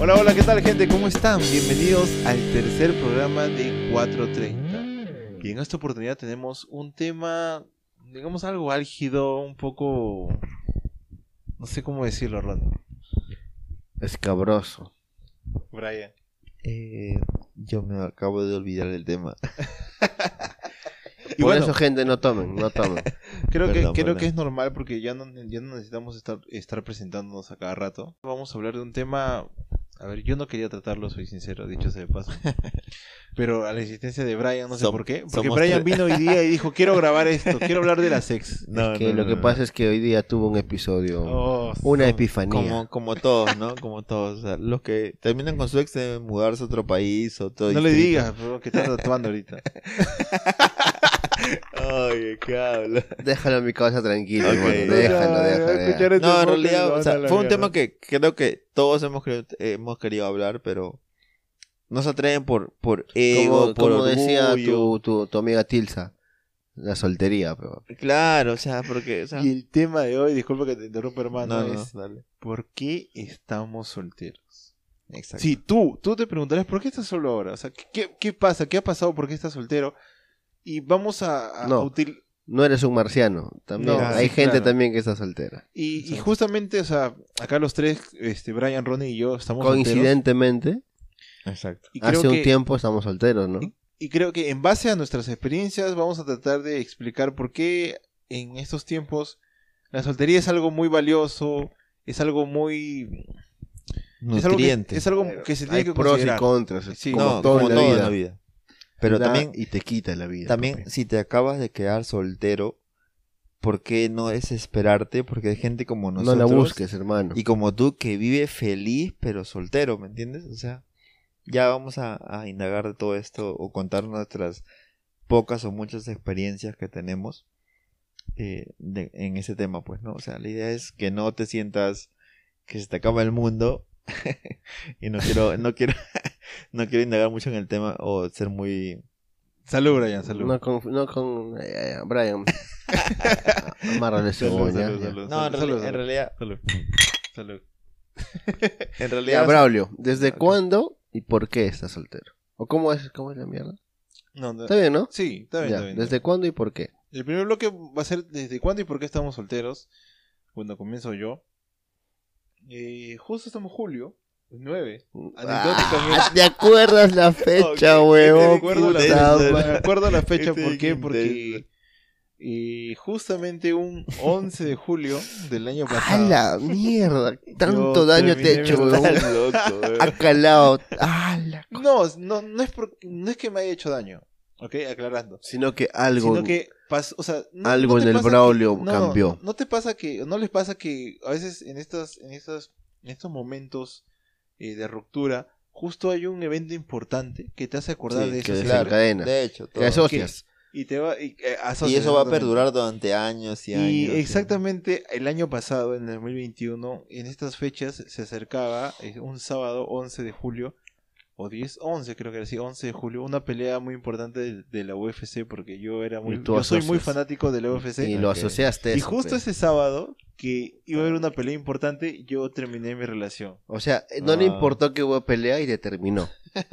Hola, hola, ¿qué tal, gente? ¿Cómo están? Bienvenidos al tercer programa de 430. Y en esta oportunidad tenemos un tema, digamos, algo álgido, un poco... No sé cómo decirlo, Ron. Escabroso. Brian. Yo me acabo de olvidar el tema. Y Por bueno, eso, gente, no tomen. creo Perdón. que es normal porque ya no necesitamos estar presentándonos a cada rato. Vamos a hablar de un tema... A ver, yo no quería tratarlo, soy sincero, dicho sea de paso. Pero a la insistencia de Brian, no sé por qué. Porque Brian vino hoy día y dijo, quiero grabar esto, quiero hablar de la sex. No, Lo que pasa es que hoy día tuvo un episodio, una epifanía. como todos, ¿no? Como todos. O sea, los que terminan con su ex deben mudarse a otro país o todo. No le distrito. digas, bro, que estás tatuando ahorita. Oye, ¿qué habla? Déjalo a mi cabeza tranquilo, Ok. hermano, déjalo. No, en realidad, o sea, fue un tema que creo que todos hemos querido hablar, pero no se atreven por ego, por Como decía orgullo. tu amiga Tilsa, la soltería, pero Claro, o sea, porque... O sea, Y el tema de hoy, disculpa que te interrumpa, hermano, no, es dale. ¿por qué estamos solteros? Exacto. Sí, tú te preguntarás, ¿por qué estás solo ahora? O sea, ¿qué pasa? ¿Qué ha pasado? ¿Por qué estás soltero? Y vamos a No. No eres un marciano. También No, hay sí, gente claro. también que está soltera. Y justamente, o sea, acá los tres, Brian, Ronnie y yo estamos Coincidentemente, Exacto. solteros. Y creo hace un que- tiempo estamos solteros, ¿no? Y creo que en base a nuestras experiencias vamos a tratar de explicar por qué en estos tiempos la soltería es algo muy valioso, es algo muy... Nutriente. Es algo que se tiene Hay que pros considerar. y contras, Sí, como No, todo como en la todo vida. en la vida. Pero Da también, y te quita la vida. también papi. si te acabas de quedar soltero, ¿por qué no desesperarte? Porque hay gente como No nosotros la busques, hermano. y como tú que vive feliz pero soltero, ¿me entiendes? O sea, ya vamos a indagar de todo esto o contar nuestras pocas o muchas experiencias que tenemos en ese tema, pues, ¿no? O sea, la idea es que no te sientas que se te acaba el mundo y no quiero indagar mucho en el tema o ser muy... Salud, Brian, salud. Brian. Amárrale su Salud, moña, salud, ya. salud, No, salud, en realidad, salud. Salud. en Ya, realidad, Braulio, ¿desde Ok. cuándo y por qué estás soltero? ¿O cómo es la mierda? No, ¿Está bien, no? sí, está bien, Ya, está bien. ¿desde cuándo y por qué? El primer bloque va a ser ¿desde cuándo y por qué estamos solteros? Bueno, comienzo yo. Justo estamos julio, el 9. Anecdóticamente. ¿Te acuerdas la fecha, Ok, huevón? Me acuerdo la Puta fecha, madre. me acuerdo la fecha, Este ¿por qué? intenso. Porque justamente un 11 de julio del año ¡A pasado. la mierda! Tanto Yo daño te he terminé hecho, mi huevón. estás loco, Ha calado. ¡Ah, la No es que me haya hecho daño, ¿ok? Aclarando. Sino que algo... Sino que o sea, algo te en el pasa Braulio que- cambió. No te pasa que, no les pasa que a veces en estos momentos de ruptura, justo hay un evento importante que te hace acordar Sí, de que eso. desencadena. de hecho, Que todo. asocias. Y te va Y asocias, eso va a exactamente. perdurar durante años y años. Y exactamente el año pasado, en el 2021, en estas fechas se acercaba un sábado 11 de julio, o 11 creo que era así, 11 de julio, una pelea muy importante de la UFC, porque yo Y tú soy muy asocias. fanático de la UFC. Y lo Ok. asociaste a Y eso, justo pe. ese sábado, que iba a haber una pelea importante, yo terminé mi relación. O sea, no le Ah. importó que hubo pelea y determinó.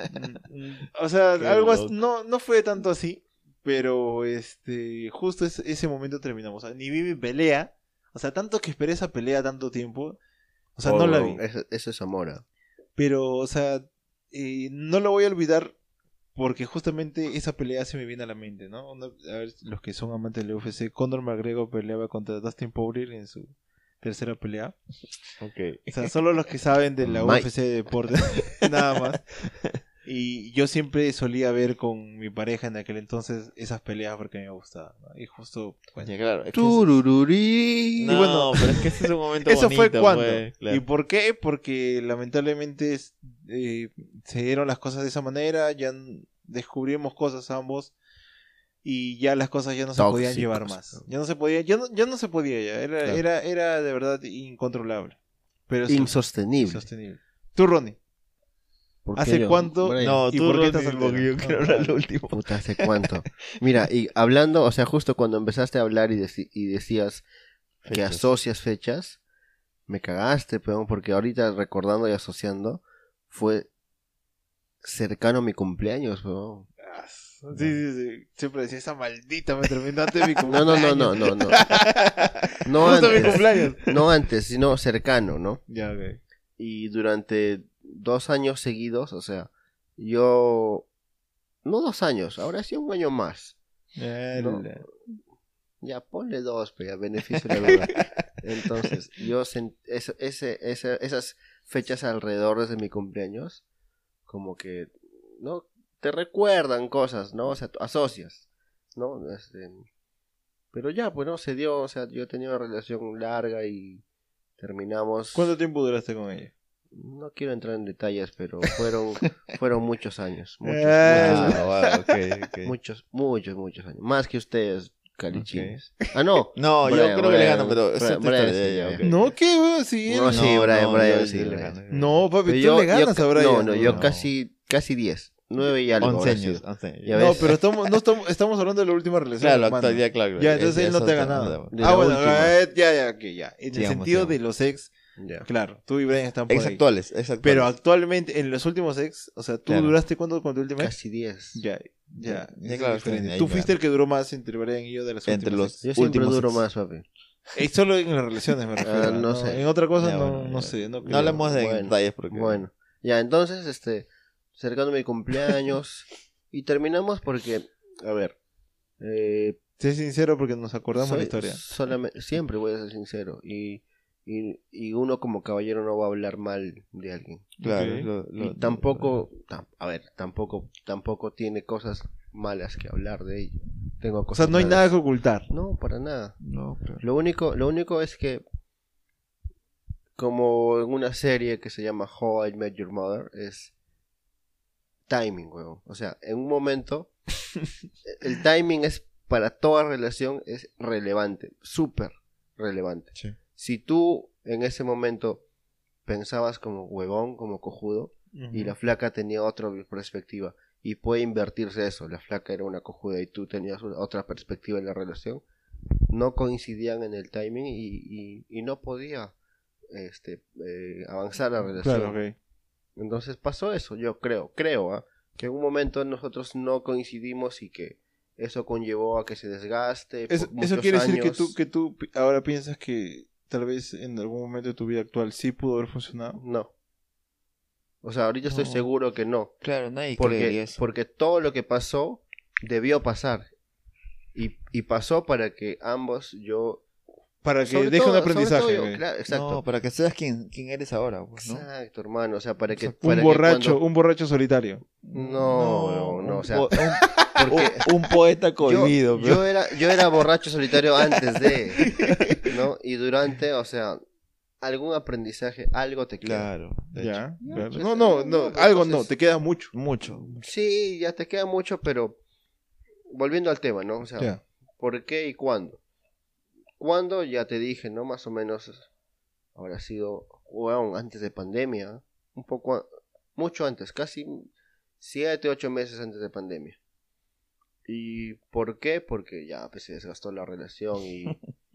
O sea, Qué algo loco. no fue tanto así, pero justo ese momento terminamos. O sea, ni vi mi pelea, o sea, tanto que esperé esa pelea tanto tiempo, o sea, no la vi. Eso es amor. Pero, o sea, no lo voy a olvidar porque justamente esa pelea se me viene a la mente, ¿no? A ver, los que son amantes del UFC, Conor McGregor peleaba contra Dustin Poirier en su tercera pelea. Ok. O sea, solo los que saben de la Mike. UFC de deporte, nada más. Y yo siempre solía ver con mi pareja en aquel entonces esas peleas porque me gustaban, ¿no? Y justo, bueno, Ya, claro. Es que Turururí. no, y bueno, pero es que ese es un momento ¿eso bonito, fue cuando? pues, claro. ¿Y por qué? Porque lamentablemente se dieron las cosas de esa manera, ya descubrimos cosas ambos y ya las cosas ya no se podían Tóxicos. llevar más. Ya no se podía, ya no se podía ya, Claro. era de verdad incontrolable. Pero sí, Insostenible. insostenible. Tú, Ronnie, ¿Por qué ¿hace yo? cuánto? Brian, No, ¿Y tú, por qué Ronnie, estás soltero? porque yo quiero hablar lo último. Puta, ¿hace cuánto? Mira, y hablando, o sea, justo cuando empezaste a hablar y decías que Fechas. asocias fechas, me cagaste, peón, porque ahorita recordando y asociando, fue cercano a mi cumpleaños, weón. Sí. Siempre decía, esa maldita me terminó antes de mi No, cumpleaños. no. No Justo mi antes, cumpleaños. no antes, sino cercano, ¿no? Ya, ok. Y durante 2 años seguidos, o sea, yo... No 2 años, ahora sí un año más. No. Ya, ponle 2, pero a beneficio de la verdad. Entonces, yo esas fechas alrededor de mi cumpleaños, como que, ¿no? Te recuerdan cosas, ¿no? O sea, tú asocias, ¿no? Pero ya, pues, ¿no? Se dio, o sea, yo tenía una relación larga y terminamos... ¿Cuánto tiempo duraste con ella? No quiero entrar en detalles, pero fueron muchos años. Ok. Muchos años. Más que ustedes, calichines. Ah, no. No, yo creo que le gano, pero esa es tu Brian, historia, sí, ok. No, ¿qué, weón? Sí, No, sí, Brian, sí, le Brian. gano. No, papi, Pero tú le ganas a Brian. No, yo No. casi 10. 9 y algo. 11 habrá años. sido. 11 años. Ya No, ves. pero estamos hablando de la última relación. Claro, hermano. actualidad, claro. Ya, entonces él no te ha otra- ganado. De Ah, la bueno, última. ya. En el Sigamos, sentido sigamos. de los ex, Ya. claro, tú y Brian están por Ex ahí. actuales, Pero actualmente, en los últimos ex, o sea, ¿tú Claro. duraste cuánto con tu última ex? Casi 10. Ya, Ya, eso es claro, diferente. ahí Tú me- fuiste el que duró más entre Brian y yo de las Entre últimas los- ex. Yo siempre últimos duro ex. más, papi. Solo en las relaciones me refiero. no sé. En otra cosa Ya, no, bueno, no ya. sé. No, No creo. hablemos de Bueno, detalles porque... Bueno, ya, entonces, cercano mi cumpleaños y terminamos porque, a ver, Sé sincero porque nos acordamos de la historia. siempre voy a ser sincero y uno como caballero no va a hablar mal de alguien. Claro, Ok. Y tampoco, tampoco tiene cosas malas que hablar de ello. Tengo O sea, cosas no hay malas. nada que ocultar. No, para nada. No, pero... Lo único es que, como en una serie que se llama How I Met Your Mother, es timing, weón. O sea, en un momento, el timing es para toda relación es relevante, súper relevante. Sí. Si tú en ese momento pensabas como huevón, como cojudo, y la flaca tenía otra perspectiva, y puede invertirse eso, la flaca era una cojuda y tú tenías otra perspectiva en la relación, no coincidían en el timing y no podía avanzar la relación. Claro, ok. Entonces pasó eso, yo creo, que en un momento nosotros no coincidimos y que eso conllevó a que se desgaste. Eso por muchos quiere decir años. que tú ahora piensas que tal vez en algún momento de tu vida actual sí pudo haber funcionado. No. O sea, ahorita estoy No. seguro que no. Claro, nadie cree Porque, eso. porque todo lo que pasó debió pasar. Y pasó para que ambos, yo... Para que sobre deje todo- un aprendizaje. sobre todo yo, ok. claro, exacto. No, para que seas quien eres ahora, pues, ¿no? Exacto, hermano. O sea, para que... Un para que borracho, cuando- un borracho solitario. No, o sea... un, porque un poeta cohibido, pero... yo era borracho solitario antes de... ¿no? Y durante, o sea... Algún aprendizaje, algo te queda. Claro, de hecho. Ya, Ya, claro. pues, No, pues, algo entonces- no, te queda mucho. Mucho. Sí, ya te queda mucho, pero... Volviendo al tema, ¿no? O sea, Ya. ¿por qué y cuándo? ¿Cuándo? Ya te dije, ¿no? Más o menos habrá sido, bueno, antes de pandemia, un poco, mucho antes, casi 7, 8 meses antes de pandemia. ¿Y por qué? Porque ya pues, se desgastó la relación y...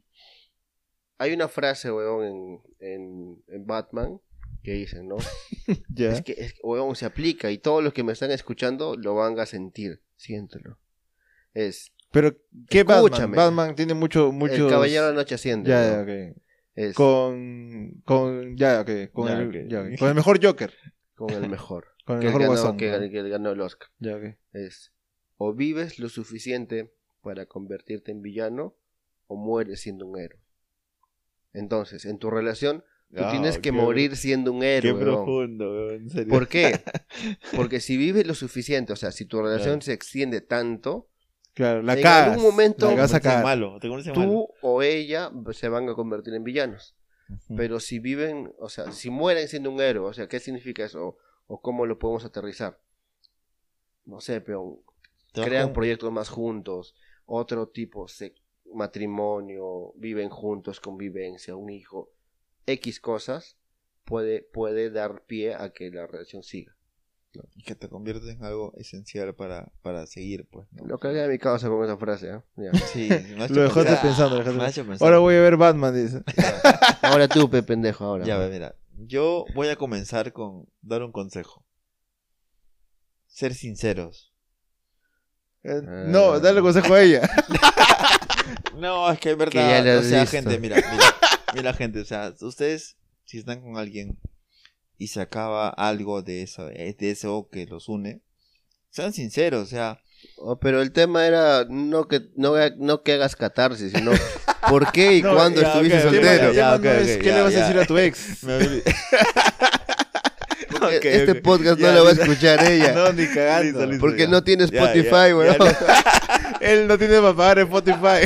Hay una frase, weón, en Batman que dicen, ¿no? Ya. Es que, weón, se aplica y todos los que me están escuchando lo van a sentir, siéntelo. Es... Pero, ¿qué Batman? Escúchame. Batman tiene muchos... El caballero de la noche asciende. Ya, ¿no? ya, ok. Es Con Ya, ok. con el mejor Joker. con el mejor. Con el que, mejor ganó, guasón. que, ¿no? que ganó el Oscar. Ya, ok. Es o vives lo suficiente para convertirte en villano o mueres siendo un héroe. Entonces, en tu relación, tú tienes que morir siendo un héroe. Qué weón. profundo, weón, en serio. ¿Por qué? Porque si vives lo suficiente, o sea, si tu relación Claro. se extiende tanto, Claro, la En cagas. algún momento- la vas a Te conviertes en cagar. malo, te conviertes en malo. tú o ella se van a convertir en villanos. Ujú. Pero si viven, o sea, si mueren siendo un héroe, o sea, ¿qué significa eso? ¿O cómo lo podemos aterrizar? No sé, pero Te vas crean con- proyectos más juntos, otro tipo, matrimonio, viven juntos, convivencia, un hijo, X cosas, puede dar pie a que la relación siga. Y que te conviertes en algo esencial para seguir, pues, ¿no? Lo cagué de mi causa con esa frase, ¿eh? Ya. Sí, me has hecho Lo dejaste pensar. pensando. Me has hecho pensar. Ahora voy a ver Batman, dice. Ahora tú, pe pendejo, ahora. Ya, ve, mira. yo voy a comenzar con dar un consejo. Ser sinceros. No, dale consejo a ella. No, es que es Que ya verdad, lo o sea, has visto. gente, mira, gente, o sea, ustedes, si están con alguien y se acaba algo de eso que los une, sean sinceros, o sea, Oh, pero el tema era no que hagas catarsis, sino por qué y No, cuándo ya, estuviste ok, soltero. El tema Ya, no ok, es ok, qué ya, le vas a ya. decir a tu ex. me olvidé. Porque Ok, este ok. podcast Ya, no lo va a listo. escuchar ella. No, ni cagando. Listo. Porque ya. no tiene Ya, Spotify, ya, weón. Él no tiene para pagar Spotify.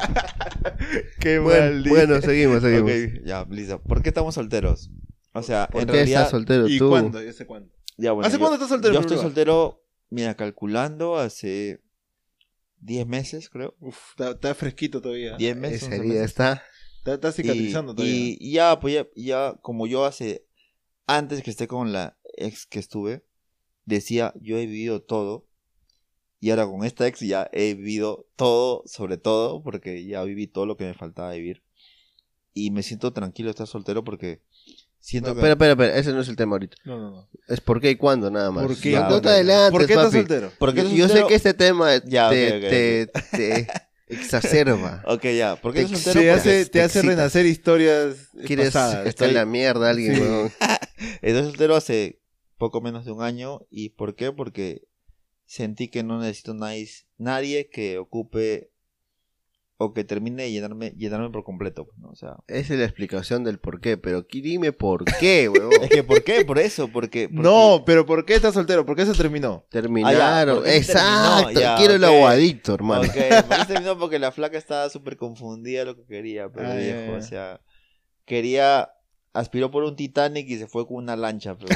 Qué mal. Bueno, seguimos. Ok, ya, listo. ¿Por qué estamos solteros? O sea, ¿Por en qué realidad... estás soltero ¿Y tú? cuándo? ¿Hace cuándo? Ya, bueno, ¿Hace cuándo estás soltero, Yo en estoy primer lugar? soltero, mira, calculando hace 10 meses, creo. Uf, está fresquito todavía. 10 meses. Ese 11 día meses. está. Está cicatrizando todavía. Y ya, pues ya, como yo antes que esté con la ex que estuve, decía, yo he vivido todo. Y ahora con esta ex ya he vivido todo, sobre todo, porque ya viví todo lo que me faltaba vivir. Y me siento tranquilo de estar soltero porque siento No, que... espera, ese no es el tema ahorita. No. Es por qué y cuándo, nada más. ¿Por qué? No, Ya, no ok. te adelantes, ¿Por qué estás papi. soltero? ¿Por qué Yo estás sé soltero? que este tema Ya, ok, te exacerba. Ok, ya. ¿Por qué Te- estás soltero? Te Porque hace, te hace excitas. renacer historias Quieres pasadas. estar en la mierda alguien, Sí. weón. Estoy soltero hace poco menos de un año. ¿Y por qué? Porque sentí que no necesito nadie que ocupe o que termine de llenarme por completo, ¿no? O sea, Esa es la explicación del por qué, pero dime por qué, weón. es que ¿por qué? Por eso, porque No, pero ¿por qué estás soltero? ¿Por qué se terminó? Terminaron. ¿por qué se Exacto. terminó? Ya, Quiero el ok. aguadito, hermano. Ok, ¿por qué se terminó? Porque la flaca estaba súper confundida lo que quería, pero Ah, viejo, ya. o sea, aspiró por un Titanic y se fue con una lancha, pero...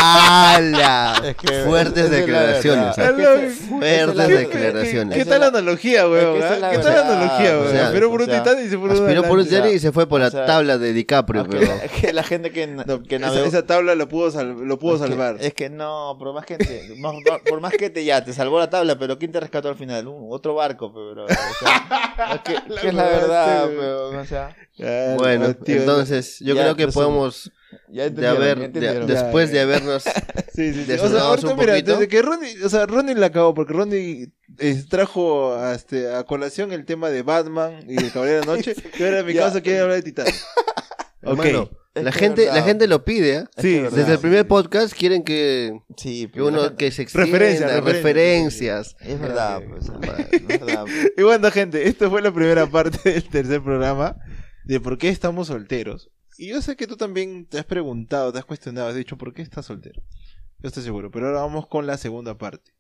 ¡Hala! Es que- Fuertes esa es la declaraciones. verdad. ¿ah? Es que esa- Fuertes esa es la declaraciones. ¿Qué Esa tal es la analogía, weón? es que esa es la ¿Qué tal la verdad, analogía, weón? o sea, Aspiró por un o sea, titán y se fue Aspiró por un lancha. Jerry y se fue por la o sea, tabla de DiCaprio, Ok, pero... es que la gente que No, que esa, navegó... esa tabla lo pudo salvar. Es que no, por más que por más que te salvó la tabla, pero ¿quién te rescató al final? Otro barco, pero, o sea, es que es la verdad, weón. pero, o sea, Ah, Bueno, tío, entonces yo ya, creo que resumen. podemos, ya entendieron, después Ya, de ya. habernos Sí, sí, sí. O sea, desnudamos ahorita un mira, poquito. desde que Ronnie la acabó, porque Ronnie trajo a colación el tema de Batman y el Caballero de la Noche, y ahora en mi Ya. caso quiere hablar de Titán. Ok. Hermano, Es la que gente, es verdad. la gente lo pide, ¿eh? Es Sí, que es verdad, Desde el sí, primer sí. podcast quieren que Sí, pero la uno gente- que se extienda, Referencias. referencias. es verdad, pues, es verdad. Y bueno, gente, esta fue la primera parte del tercer programa de por qué estamos solteros. Y yo sé que tú también te has preguntado, te has cuestionado, has dicho, ¿por qué estás soltero? Yo estoy seguro, pero ahora vamos con la segunda parte.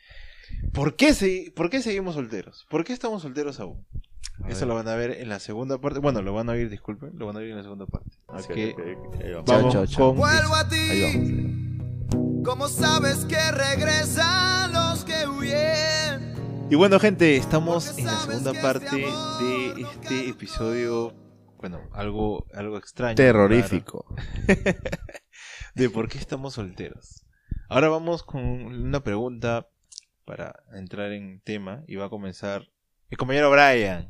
¿Por qué seguimos solteros? ¿Por qué estamos solteros aún? Eso lo van a ver en la segunda parte. Bueno, lo van a oír, disculpen, lo van a oír en la segunda parte. Así Ok, que ok, ahí vamos. vamos Chao, chao, con... Vuelvo a Ahí ti, vamos. como sabes que regresan los que huyen. Y bueno, gente, estamos en la segunda parte de este episodio. Bueno, algo extraño. Terrorífico. raro, de por qué estamos solteros. Ahora vamos con una pregunta para entrar en tema y va a comenzar mi compañero Brian.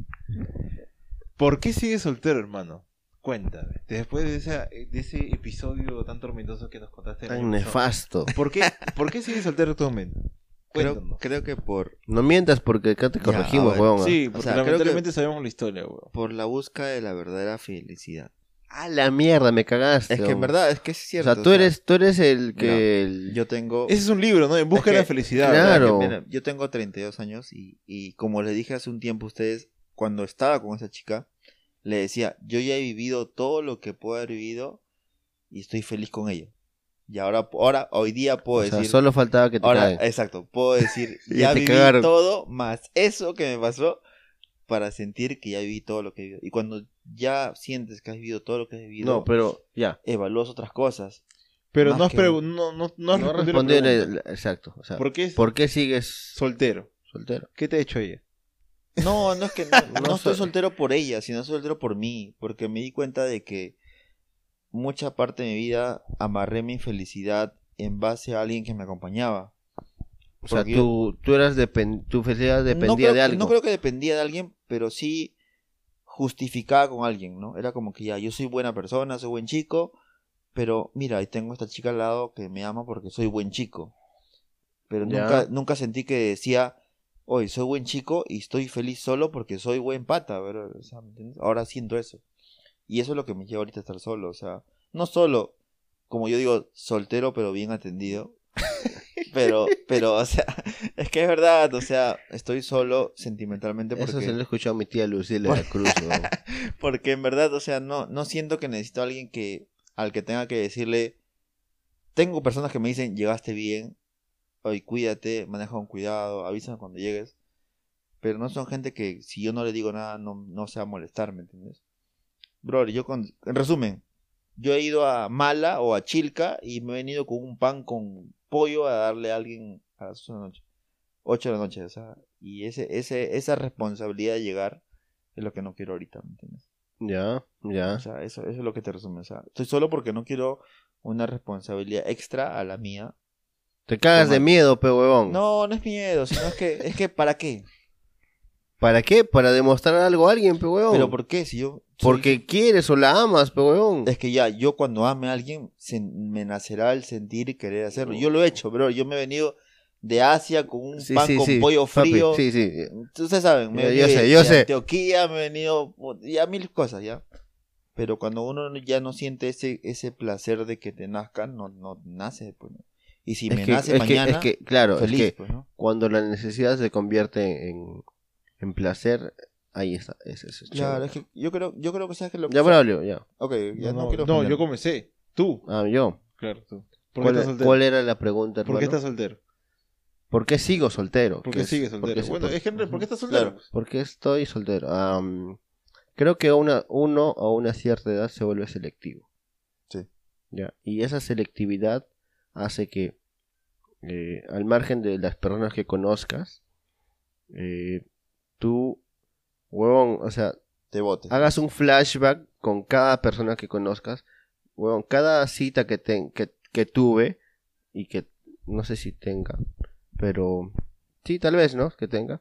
¿Por qué sigues soltero, hermano? Cuéntame. Después de ese episodio tan tormentoso que nos contaste. el Tan año pasado, nefasto. ¿Por qué sigues soltero actualmente? Cuéntanos. Creo que No mientas porque acá te Ya, corregimos, a ver. weón. Sí, O porque sea, creo lamentablemente sabemos la historia, weón. por la búsqueda de la verdadera felicidad. A la mierda, me cagaste. Es que en weón. verdad, es que es O cierto. sea, tú eres el que... Mira, yo tengo... Ese es un libro, ¿no? En busca Es de la que- felicidad. claro. ¿verdad? Mira, yo tengo 32 años y como les dije hace un tiempo a ustedes, cuando estaba con esa chica, le decía, yo ya he vivido todo lo que puedo haber vivido y estoy feliz con ella. Y ahora hoy día puedo O sea, decir... solo faltaba que te Ahora, caguen. exacto, puedo decir, Ya ya te viví cagaron. todo, más eso que me pasó, para sentir que ya viví todo lo que he vivido. Y cuando ya sientes que has vivido todo lo que has vivido, No, pero ya. evalúas otras cosas. Pero Más no has, que- no has No respondido respondió la pregunta. exacto. O sea, ¿Por qué ¿por qué sigues soltero? soltero? ¿Qué te ha hecho ella? No, no es que no No estoy sé. soltero por ella, sino estoy soltero por mí, porque me di cuenta de que mucha parte de mi vida amarré mi felicidad en base a alguien que me acompañaba. O sea, Porque tú eras tu felicidad dependía no creo, de algo. No creo que dependía de alguien, pero sí justificaba con alguien, ¿no? Era como que ya, yo soy buena persona, soy buen chico, pero mira, ahí tengo esta chica al lado que me ama porque soy buen chico. Pero Ya. nunca sentí que decía, hoy soy buen chico y estoy feliz solo porque soy buen pata, bro. O sea, ¿me entiendes? Ahora siento eso. Y eso es lo que me lleva ahorita a estar solo, o sea, no solo, como yo digo, soltero pero bien atendido. Pero, o sea, es que es verdad, o sea, estoy solo sentimentalmente Eso se lo he porque, escuchado a mi tía Lucila de la Cruz, weón. porque en verdad, o sea, no siento que necesito a alguien al que tenga que decirle, tengo personas que me dicen, llegaste bien, hoy cuídate, maneja con cuidado, avísame cuando llegues, pero no son gente que si yo no le digo nada no se va a molestar, ¿me entiendes? Bro, en resumen, yo he ido a Mala o a Chilca y me he venido con un pan con pollo a darle a alguien a las 8 de la noche. 8 de la noche, o sea, y esa responsabilidad de llegar es lo que no quiero ahorita, ¿me entiendes? Ya, ya. O sea, eso es lo que te resume, o sea, estoy solo porque no quiero una responsabilidad extra a la mía. Te cagas de miedo, pe huevón. No es miedo, sino es que ¿para qué? ¿Para qué? Para demostrar algo a alguien, pe huevón. ¿Pero por qué? Si yo Porque quieres o la amas, pe huevón. Es que ya, yo cuando ame a alguien, me nacerá el sentir y querer hacerlo. Yo lo he hecho, bro. Yo me he venido de Asia con un pan con pollo papi, frío. sí. Ustedes saben, me he Yo venido sé, de yo sé. Antioquía, me he venido ya mil cosas, ya. Pero cuando uno ya no siente ese placer de que te nazcan, no nace, pues, ¿no? Y si me nace mañana, claro, feliz, es que pues, ¿no? cuando la necesidad se convierte en placer, ahí está, es eso. Claro, es que yo creo que sabes que lo que... Ya, Braulio, ya. Ok, ya no, No, quiero no, ofender. yo comencé. Tú. Ah, yo. Claro, tú. ¿Por qué estás soltero? ¿Cuál era la pregunta, hermano? ¿Por qué estás soltero? ¿Por qué sigo soltero? ¿Por qué sigues soltero? Bueno, es que ¿por qué estás soltero? Claro. ¿Por qué estoy soltero? Creo que uno a una cierta edad se vuelve selectivo. Sí. ¿Ya? Y esa selectividad hace que, al margen de las personas que conozcas, tú, huevón, o sea, Te botes. hagas un flashback con cada persona que conozcas, huevón, cada cita que tuve y que no sé si tenga, pero sí, tal vez, ¿no? Que tenga.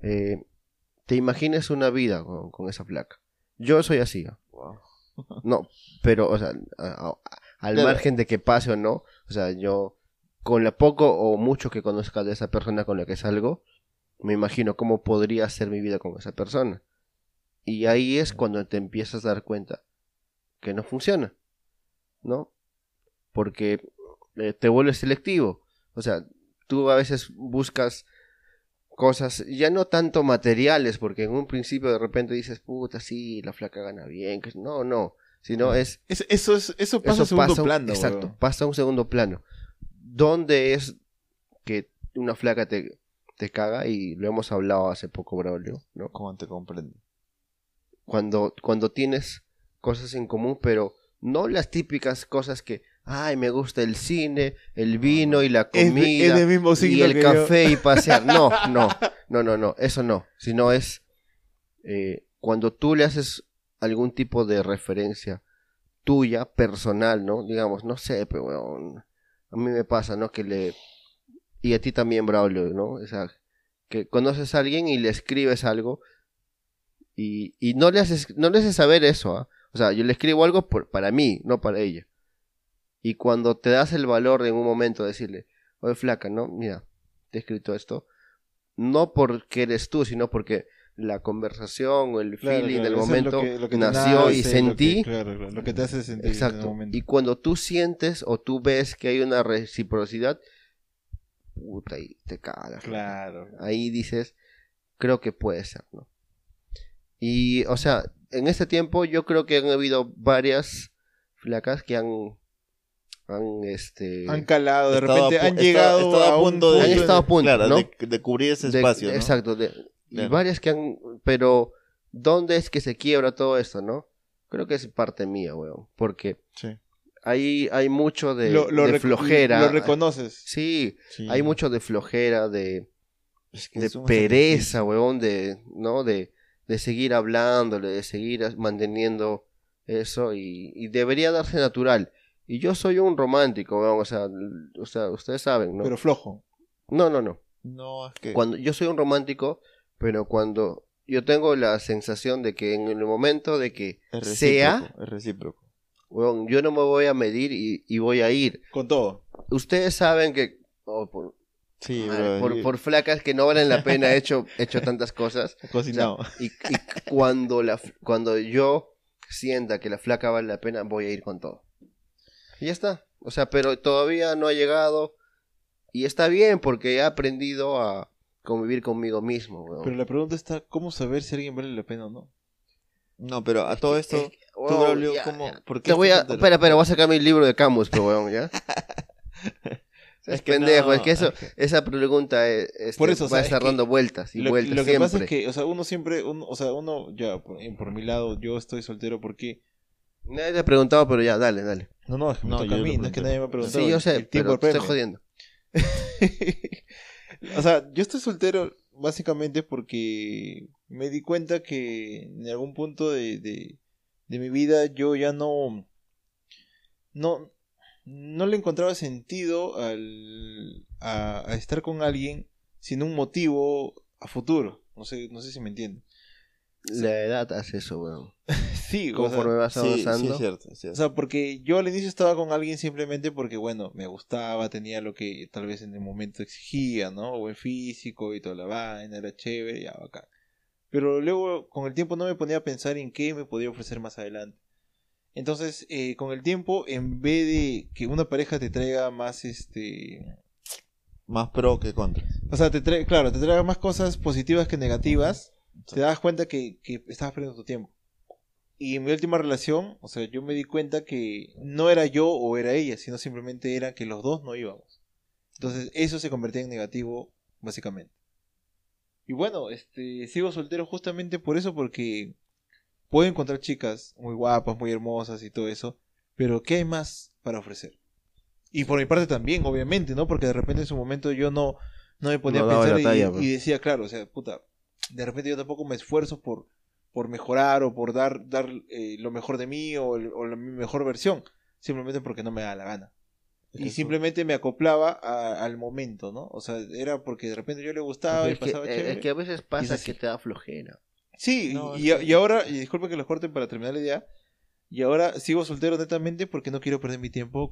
Te imagines una vida con esa flaca. Yo soy así, ¿no? Wow. No, pero, o sea, al Claro. margen de que pase o no, o sea, yo, con lo poco o mucho que conozca de esa persona con la que salgo, me imagino cómo podría ser mi vida con esa persona. Y ahí es cuando te empiezas a dar cuenta que no funciona, ¿no? Porque te vuelves selectivo. O sea, tú a veces buscas cosas, ya no tanto materiales, porque en un principio de repente dices, puta, sí, la flaca gana bien. No, sino es... Eso pasa a segundo plano. Exacto, weón. pasa a un segundo plano. ¿Dónde es que una flaca te caga? Y lo hemos hablado hace poco, Braulio, ¿no? ¿Cómo te comprendo? Cuando tienes cosas en común, pero no las típicas cosas que, ay, me gusta el cine, el vino y la comida, Es del mismo y signo el que café y pasear. No, eso no. Sino es cuando tú le haces algún tipo de referencia tuya, personal, ¿no? Digamos, no sé, pero bueno, a mí me pasa, ¿no? Y a ti también, Braulio, ¿no? O sea, que conoces a alguien y le escribes algo y no le haces saber eso, ¿ah? O sea, yo le escribo algo para mí, no para ella. Y cuando te das el valor en un momento de decirle, oye, flaca, ¿no? Mira, te he escrito esto. No porque eres tú, sino porque la conversación o el Claro, feeling claro, del eso es momento lo que te nació nace, y sentí. Claro, lo que te hace sentir en el Exacto. momento. Y cuando tú sientes o tú ves que hay una reciprocidad, puta, ahí te cagas. Claro. Ahí dices, creo que puede ser, ¿no? Y, o sea, en este tiempo yo creo que han habido varias flacas que han Han calado, de Estaba repente a pu- han llegado estaba a a un punto de... Han estado a punto, claro, ¿no? de cubrir ese espacio, ¿no? Exacto. Y Claro. varias que han... Pero, ¿dónde es que se quiebra todo esto, no? Creo que es parte mía, weón. Porque Sí. hay mucho de Lo flojera. Lo reconoces. Sí, Sí. hay mucho de flojera, de Es que de es un pereza, sacrificio. weón, ¿no? De seguir hablándole, de seguir manteniendo eso y debería darse natural. Y yo soy un romántico, weón, o sea, ustedes saben, ¿no? Pero flojo. No. No, es que... Yo soy un romántico, pero cuando yo tengo la sensación de que en el momento de que Es sea, recíproco, es recíproco. weón, yo no me voy a medir y voy a ir. Con todo. Ustedes saben que Sí, madre, bro. por flacas que no valen la pena he hecho tantas cosas. Cocinado. O sea, y cuando yo sienta que la flaca vale la pena, voy a ir con todo. Y ya está. O sea, pero todavía no ha llegado. Y está bien porque he aprendido a convivir conmigo mismo, weón. Pero la pregunta está, ¿cómo saber si alguien vale la pena o no? No, pero a todo esto, Es que, tú, weón, Braulio, ya, ¿cómo? ya. ¿Por qué Te voy a... estás soltero? Espera, voy a sacar mi libro de Camus, pero weón, ¿ya? Es que pendejo, no, es que esa pregunta Por eso, o va sea, a estar es que dando vueltas y Lo vueltas que siempre. pasa es que, o sea, uno ya, por mi lado, yo estoy soltero porque... Nadie te ha preguntado, pero ya, dale. No, es que me No, toca yo a lo mí, no es que pregunté. nadie me ha preguntado. Sí, yo sé, el tiempo pero te estoy apremia. jodiendo. O sea, yo estoy soltero básicamente porque me di cuenta que en algún punto de mi vida yo ya no le encontraba sentido a estar con alguien sin un motivo a futuro. No sé si me entienden. La edad hace eso, weón. Sí, Conforme vas Sí, avanzando. sí, es cierto, es o cierto. sea, porque yo al inicio estaba con alguien simplemente porque, bueno, me gustaba, tenía lo que tal vez en el momento exigía, ¿no? Buen físico y toda la vaina, era chévere, ya bacán. Pero luego, con el tiempo, no me ponía a pensar en qué me podía ofrecer más adelante. Entonces, con el tiempo, en vez de que una pareja te traiga más, Más pro que contra. o sea, te traiga más cosas positivas que negativas, te das cuenta que estabas perdiendo tu tiempo. Y en mi última relación, o sea, yo me di cuenta que no era yo o era ella, sino simplemente era que los dos no íbamos. Entonces, eso se convertía en negativo, básicamente. Y bueno, sigo soltero justamente por eso, porque puedo encontrar chicas muy guapas, muy hermosas y todo eso, pero ¿qué hay más para ofrecer? Y por mi parte también, obviamente, ¿no? Porque de repente en su momento yo no me ponía No a daba pensar la talla, bro. y decía, claro, o sea, puta, de repente yo tampoco me esfuerzo por mejorar o por dar lo mejor de mí o mi mejor versión, simplemente porque no me da la gana. Y simplemente me acoplaba al momento, ¿no? O sea, era porque de repente yo le gustaba y Es que, pasaba chévere. es que a veces pasa así. que te da flojera. Sí, No, y ahora, y disculpe que los corten para terminar la idea, y ahora sigo soltero netamente porque no quiero perder mi tiempo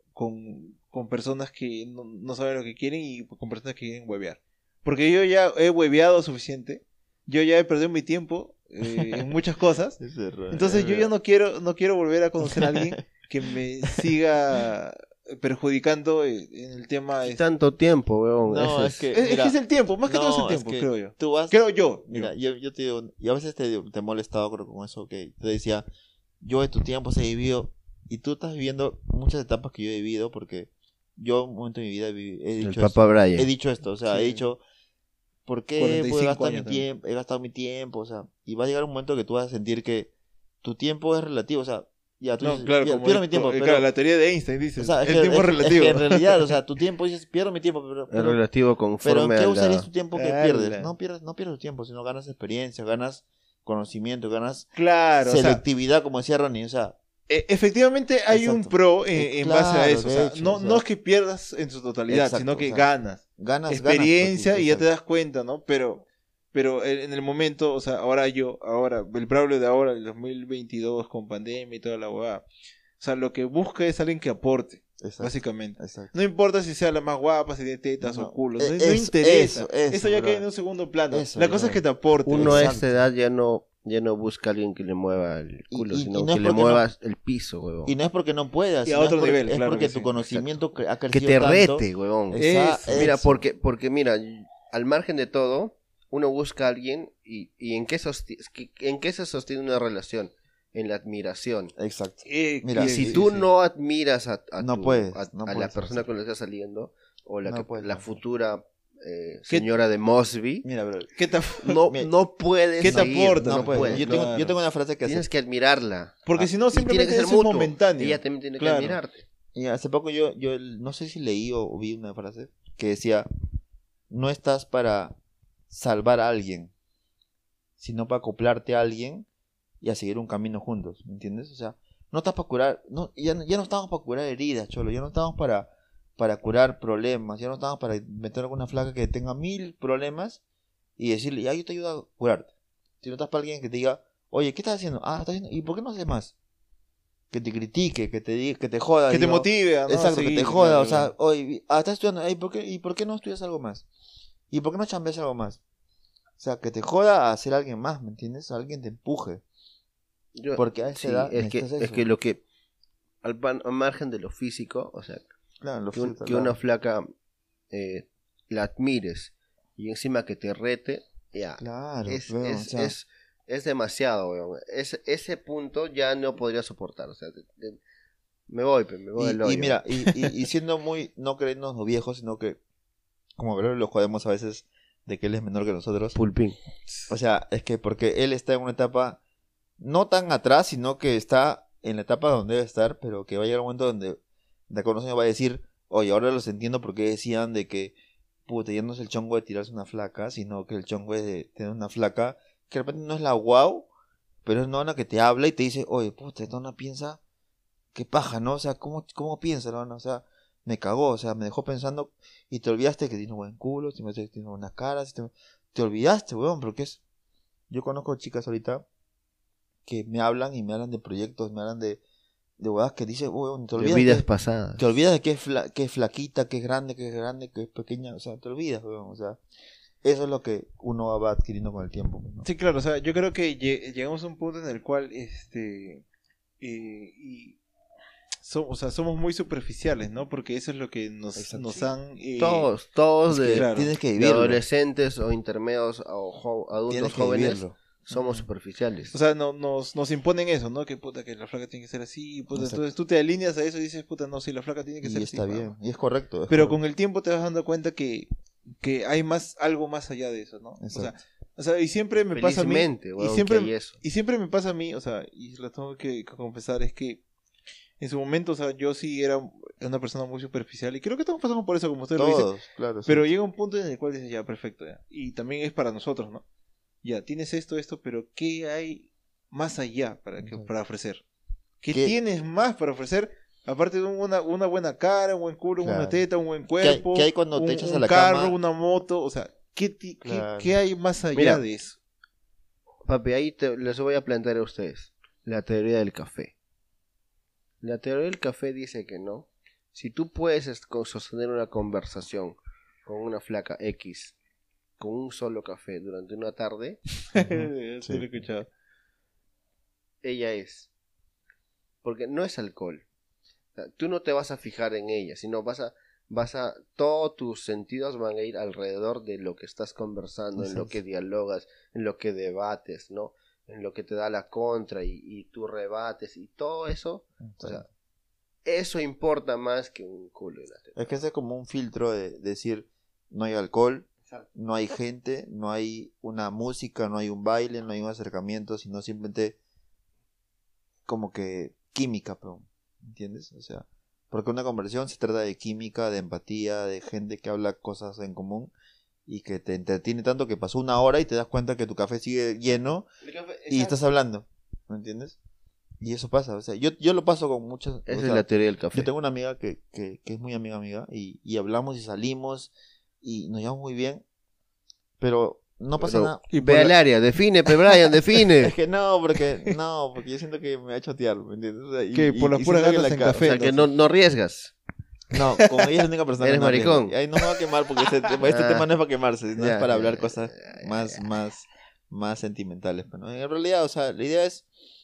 con personas que no saben lo que quieren y con personas que quieren huevear. Porque yo ya he hueveado suficiente, yo ya he perdido mi tiempo en muchas cosas, entonces yo ya no quiero volver a conocer a alguien que me siga perjudicando en el tema. Tanto tiempo, weón. No, eso es que- Es mira, que es el tiempo, más que todo es el no, tiempo, es que creo yo. Tú vas... Creo yo. Mira, yo te digo, y a veces te he molestado creo, con eso, que te decía, yo de tu tiempo he vivido, y tú estás viviendo muchas etapas que yo he vivido, porque yo en un momento de mi vida he El dicho papá Brian. he dicho esto, o sea, Sí. he dicho, ¿por qué 45 puedo gastar mi años también. tiempo? He gastado mi tiempo, o sea, y va a llegar un momento que tú vas a sentir que tu tiempo es relativo, o sea, ya tú No, dices, claro, pierdo mi tiempo, pero... claro, la teoría de Einstein dice, o sea, el tiempo es relativo. que en realidad, o sea, tu tiempo dices, pierdo mi tiempo, Es pero relativo pero conforme ¿en qué a usarías la... tu tiempo que Ala. pierdes? No pierdes tu tiempo, sino ganas experiencia, ganas conocimiento, ganas Claro, o sea, selectividad, como decía Ronnie, o sea, efectivamente hay un Exacto. pro en base a Claro, eso. O de sea, hecho, no, o sea, no es que pierdas en su totalidad, exacto, sino que o sea, ganas ganas experiencia ganas, y ya te exacto. das cuenta, ¿no? Pero en el momento, o sea, ahora el Braulio de ahora, el 2022 con pandemia y toda la huevada, o sea, lo que busca es alguien que aporte, Exacto, básicamente. exacto. No importa si sea la más guapa, si tiene tetas No, o culos, no eso, interesa. eso, Eso ya bro. queda en un segundo plano. Eso, La cosa es bro. que te aporte. Uno a Exacto. esta edad ya no busca a alguien que le mueva el culo, Y sino no es que le porque mueva el piso, weón. Y no es porque no puedas, Y a sino otro es porque, nivel, es claro porque que tu sí, conocimiento ha Que crecido te tanto. rete, weón. Mira, Eso. porque mira, al margen de todo, uno busca a alguien y ¿en qué se sostiene una relación? En la admiración. Exacto. Mira, Y si tú no admiras a No tu- puedes, a no la puedes persona hacer. con la que estás saliendo, o No puedes la hacer. futura señora de Mosby, Mira, bro. ¿Qué te Mira, no puedes ¿qué te seguir, aporta? No, no puedes. puedes, Yo, no. tengo, claro. yo tengo una frase que hace. Tienes que admirarla. Porque si no, Y tiene que simplemente ser es mutuo. momentáneo. Ella también tiene que Claro. admirarte. Y hace poco yo no sé si leí o vi una frase que decía, no estás para salvar a alguien, sino para acoplarte a alguien y a seguir un camino juntos, ¿me entiendes? O sea, no estás para curar, ya no estamos para curar heridas, cholo, ya no estamos para curar problemas, ya no estamos para meter alguna flaca que tenga 1000 problemas y decirle, ya yo te ayudo a curarte. Si no estás para alguien que te diga, oye, ¿qué estás haciendo? Ah, estás haciendo, ¿y por qué no haces más? que te critique, que te diga, que te joda. Que te motive, ¿no? Exacto, Sí, que te joda, claro, o sea, claro. oye, estás estudiando, ¿y por qué no estudias algo más? ¿Y por qué no chambeas algo más? O sea, que te joda a ser alguien más, ¿me entiendes? Alguien te empuje. Porque a esa Sí, edad es necesitas eso. que lo que, al margen de lo físico, o sea, Claro, lo que, físico, que claro. una flaca la admires y encima que te rete, ya, Claro, es, weón, es, o sea, es demasiado, weón. Ese punto ya no podría soportar, o sea, me voy del hoyo. y mira, y siendo muy, no creyéndonos viejos, sino que, como Gabriel lo jodemos a veces de que él es menor que nosotros. Pulpín. O sea, es que porque él está en una etapa no tan atrás, sino que está en la etapa donde debe estar, pero que va a llegar un momento donde de acuerdo va a decir, oye, ahora los entiendo porque decían de que, puta, ya no es el chongo de tirarse una flaca, sino que el chongo es de tener una flaca que de repente no es la guau, pero es una que te habla y te dice, oye, puta, esta no piensa, qué paja, ¿no? O sea, ¿cómo piensa, no? O sea, me cagó, o sea, me dejó pensando y te olvidaste que tiene un buen culo, te olvidaste que tiene buenas caras, te olvidaste, weón, porque es... Yo conozco chicas ahorita que me hablan y me hablan de proyectos, me hablan de huevadas que dice, weón, te De olvidas vidas que, pasadas. te olvidas de que es flaquita, que es grande, que es pequeña, o sea, te olvidas, weón, o sea, eso es lo que uno va adquiriendo con el tiempo, ¿no? Sí, claro, o sea, yo creo que llegamos a un punto en el cual, o sea, somos muy superficiales, ¿no? Porque eso es lo que nos han... Todos Es que claro, tienes que de vivirlo, adolescentes o intermedios o adultos tienes que jóvenes vivirlo. somos superficiales. O sea, nos imponen eso, ¿no? Que puta, que la flaca tiene que ser así, puta. Exacto. Entonces tú te alineas a eso y dices, puta, no, sí, la flaca tiene que ser Y así. está bien, y es correcto. Pero correcto. con el tiempo te vas dando cuenta que hay algo más allá de eso, ¿no? Exacto. O sea, y siempre me pasa a mí. Felizmente, weón, que hay eso. Y siempre me pasa a mí, o sea, y lo tengo que confesar, es que en su momento, o sea, yo sí era una persona muy superficial y creo que todos pasamos por eso, como ustedes lo dicen. Todos, claro. Pero sí. llega un punto en el cual dices, ya, perfecto, ya. Y también es para nosotros, ¿no? Ya, tienes esto, pero ¿qué hay más allá para ofrecer? ¿Qué tienes más para ofrecer? Aparte de una buena cara, un buen culo, Claro. una teta, un buen cuerpo, ¿Qué hay cuando te echas a un la carro, cama? una moto, o sea, Claro. ¿qué hay más allá Mira, de eso? Papi, ahí les voy a plantear a ustedes la teoría del café. La teoría del café dice que no. Si tú puedes sostener una conversación con una flaca X con un solo café durante una tarde, Sí, lo he escuchado. ella es. Porque no es alcohol. O sea, tú no te vas a fijar en ella, sino todos tus sentidos van a ir alrededor de lo que estás conversando, en lo que dialogas, en lo que debates, ¿no? En lo que te da la contra y tú rebates y todo eso. O sea, eso importa más que un culo y una teta. Es que ese es como un filtro de decir, no hay alcohol, no hay gente, no hay una música, no hay un baile, no hay un acercamiento, sino simplemente como que química, pero, ¿entiendes? O sea, porque una conversación se trata de química, de empatía, de gente que habla cosas en común y que te entretiene tanto que pasó una hora y te das cuenta que tu café sigue lleno y estás hablando, ¿me entiendes? Y eso pasa, o sea, yo lo paso con muchas... Esa o es sea, la teoría del café. yo tengo una amiga que es muy amiga y hablamos y salimos y nos llevamos muy bien, pero no pasa nada. Y Ve al área, define, Brian, define. Es que porque yo siento que me va a chotear, ¿me entiendes? O sea, Que por las puras siento que ganas en ca- café. O sea, que no arriesgas. No, como ella es la única persona Eres que no arriesga. maricón. Ahí no me va a quemar porque este tema no es para quemarse, no Ya, es para ya, hablar ya, cosas ya, más sentimentales. Pero en realidad, o sea, la idea es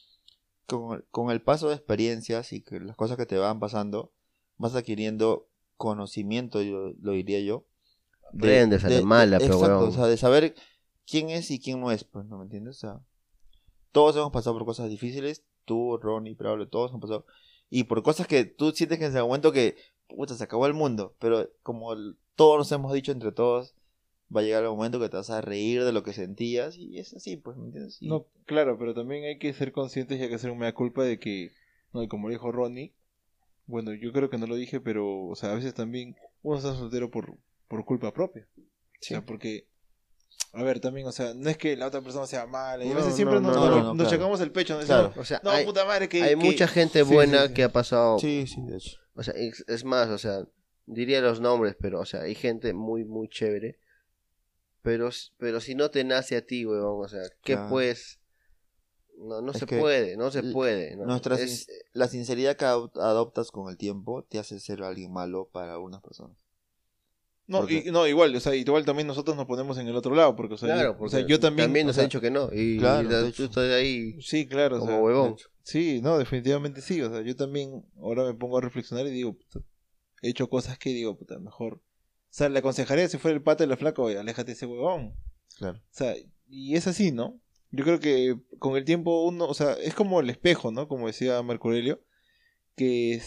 con el paso de experiencias y que las cosas que te van pasando, vas adquiriendo conocimiento, yo lo diría yo. Aprendes a la mala, pero exacto, weón. o sea, de saber quién es y quién no es, pues, ¿no me entiendes? O sea, todos hemos pasado por cosas difíciles, tú, Ronnie, Pablo, todos hemos pasado. Y por cosas que tú sientes que en ese momento que, puta, se acabó el mundo. Pero como todos nos hemos dicho entre todos, va a llegar el momento que te vas a reír de lo que sentías. Y es así, pues, ¿me entiendes? Y, No, claro, pero también hay que ser conscientes y hay que hacer un mea culpa de que, no, y como dijo Ronnie, bueno, yo creo que no lo dije, pero, o sea, a veces también uno está soltero por culpa propia. Sí. O sea, porque, a ver, también, o sea, no es que la otra persona sea mala, y a No, veces siempre no, nos claro. chocamos el pecho, nos Claro. decimos, O sea, no, puta madre, que... hay que- mucha gente Sí, buena sí, sí. que ha pasado. sí, de hecho. O sea, es más, o sea, diría los nombres, pero, o sea, hay gente muy, muy chévere. Pero si no te nace a ti, weón, o sea, ¿qué Claro. puedes? No Es se que puede, no se puede. ¿no? La sinceridad que adoptas con el tiempo te hace ser alguien malo para algunas personas. No, Porque- no, igual, o sea, igual también nosotros nos ponemos en el otro lado, porque, o sea, Claro, yo, porque o sea, yo también, nos o sea, han dicho que no. Y Claro, de tú hecho. estás ahí sí, claro, o como sea, huevón. sí, no, definitivamente sí, o sea, yo también ahora me pongo a reflexionar y digo, puta, he hecho cosas que digo, puta, mejor, o sea, le aconsejaría si fuera el pata de la flaca, oye, aléjate de ese huevón, Claro. o sea, y es así, ¿no? Yo creo que con el tiempo uno, o sea, es como el espejo, ¿no? Como decía Marco Aurelio, que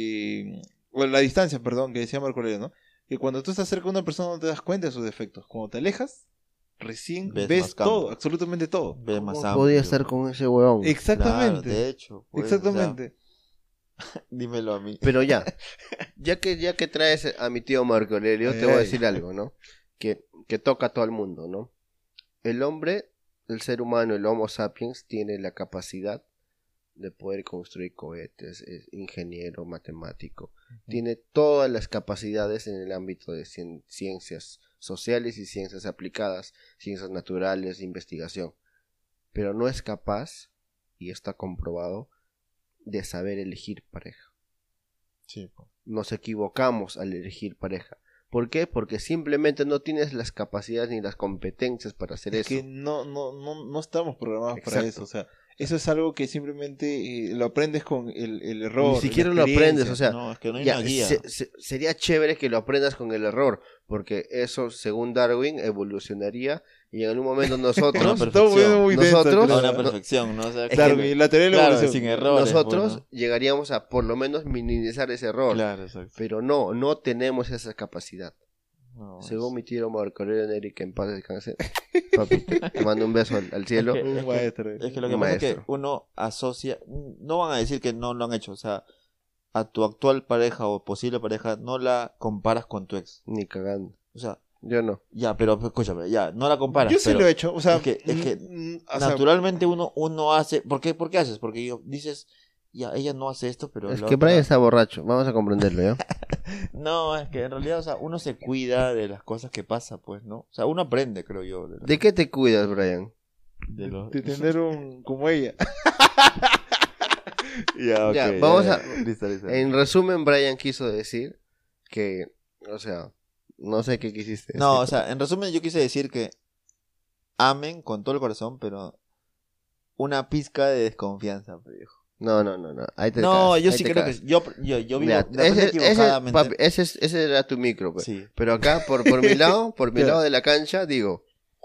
o la distancia, perdón, que decía Marco Aurelio, ¿no? Que cuando tú estás cerca de una persona no te das cuenta de sus defectos. Cuando te alejas, recién Ves ves más campo. todo, absolutamente todo. Ve más ¿Cómo amplio. podía estar con ese huevón? Exactamente. Claro, de hecho. Pues, Exactamente. o sea, dímelo a mí. Pero ya que traes a mi tío Marco Aurelio, te voy a Ay. decir algo, ¿no? Que toca a todo el mundo, ¿no? El hombre, el ser humano, el Homo sapiens, tiene la capacidad de poder construir cohetes, es ingeniero, matemático. Tiene todas las capacidades en el ámbito de ciencias sociales y ciencias aplicadas, ciencias naturales, investigación. Pero no es capaz, y está comprobado, de saber elegir pareja. Sí, pues. Nos equivocamos al elegir pareja. ¿Por qué? Porque simplemente no tienes las capacidades ni las competencias para hacer Es eso. que no estamos programados para Exacto. eso. O sea, eso es algo que simplemente lo aprendes con el error. Ni siquiera la lo aprendes, experiencia. o sea, No, es que no hay ya, una guía. sería chévere que lo aprendas con el error, porque eso, según Darwin, evolucionaría y en algún momento nosotros, Una Estamos perfección. viendo muy denso, Nosotros- creo. A una perfección, ¿no? O sea, Claro, que- y la teoría de la claro, evolución. sin errores. nosotros bueno. llegaríamos a por lo menos minimizar ese error. Claro, exacto. Pero no tenemos esa capacidad. No, Según mi tío Marco Aurelio Neri, que en paz descanse, papi, te mando un beso al cielo. Es que- Un maestro. Es que lo que Un pasa es que maestro. uno asocia, no van a decir que no lo han hecho, o sea, a tu actual pareja o posible pareja no la comparas con tu ex. Ni cagando. O sea, Yo no. ya, pero escúchame, ya, no la comparas. Yo sí pero lo he hecho. O sea, es que o sea, naturalmente uno hace, ¿por qué haces? Porque dices, ya, ella no hace esto, pero Es la que otra- Brian está borracho, vamos a comprenderlo, ¿ya? No, es que en realidad, o sea, uno se cuida de las cosas que pasa, pues, ¿no? O sea, uno aprende, creo yo. ¿De qué te cuidas, Brian? de los- de tener un como ella. Ya, ok, Ya, vamos a- listo. En resumen, Brian quiso decir que, o sea, no sé qué quisiste decir. No, o sea, en resumen yo quise decir que amen con todo el corazón, pero una pizca de desconfianza, pe, viejo. No. Ahí te No, cagas, yo ahí sí te creo cagas. que yo vivo Mira, de repente equivocadamente. papi, ese era tu micro, pues. Sí. Pero acá, por mi lado, Ya. lado de la cancha, digo,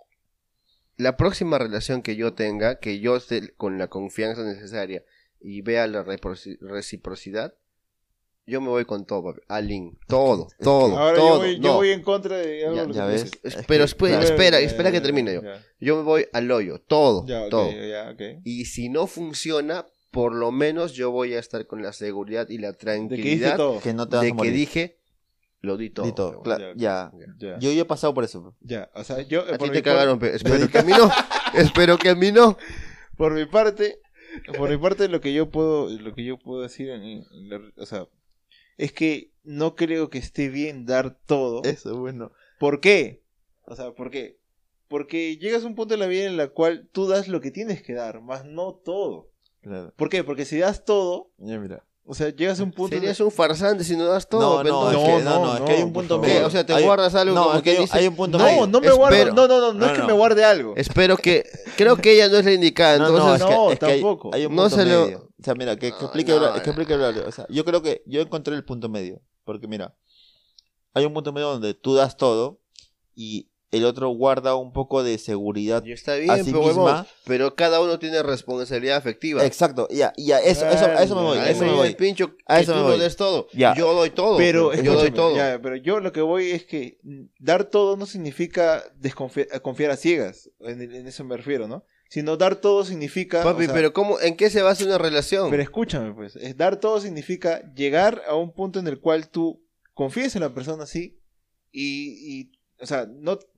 la próxima relación que yo tenga, que yo esté con la confianza necesaria y vea la reciprocidad, yo me voy con todo, papi. Alin, todo. Ahora todo. yo no. voy en contra de algo Ya, lo que ya tú ves. dices. Pero Es que, espera, claro. espera que termine yo. Yo me voy al hoyo, todo, Ya, ok, todo. ya, ok. Y si no funciona, por lo menos yo voy a estar con la seguridad y la De que hice tranquilidad todo. Que no te vas de a que morir. dije, lo di todo. Di todo, pero claro, Ya, ya. Ya. Yo he pasado por eso. pe. Ya, o sea, yo A por ti mi te cagaron, par- pe. Espero que a mí no. Espero que a mí no. por mi parte, lo que yo puedo decir o sea, es que no creo que esté bien dar todo. Eso, bueno. ¿Por qué? O sea, ¿por qué? Porque llegas a un punto en la vida en la cual tú das lo que tienes que dar, más no todo. Claro. ¿Por qué? Porque si das todo, Ya, mira. o sea, llegas a un punto Serías un farsante si no das todo. No, pe, no, entonces. es que, no, es que hay un por punto favor. medio. ¿Qué? O sea, te Hay- guardas algo no, como es que quien hay, dice, hay un punto No, medio. no me guardo, Espero. no es que No. me guarde algo. Espero que... Creo que ella no es la indicada, No, entonces... no, es que hay- tampoco. Hay un No punto se lo- medio. O sea, mira, que No, explique, no, que explique Braulio. O sea, yo creo que yo encontré el punto medio. Porque mira, hay un punto medio donde tú das todo y el otro guarda un poco de seguridad. Y está bien, a sí pero, huevón, misma. pero cada uno tiene responsabilidad afectiva. Exacto, ya, eso me voy, Ya, a eso me el voy. pincho A que eso tú me no voy. des todo. Ya. Yo doy todo. Pero yo doy escúchame, todo. ya, pero yo lo que voy es que dar todo no significa confiar a ciegas, en eso me refiero, ¿no? Sino dar todo significa... Papi, o sea, pero ¿cómo? ¿En qué se basa una relación? pero escúchame, pues, dar todo significa llegar a un punto en el cual tú confíes en la persona así o sea, no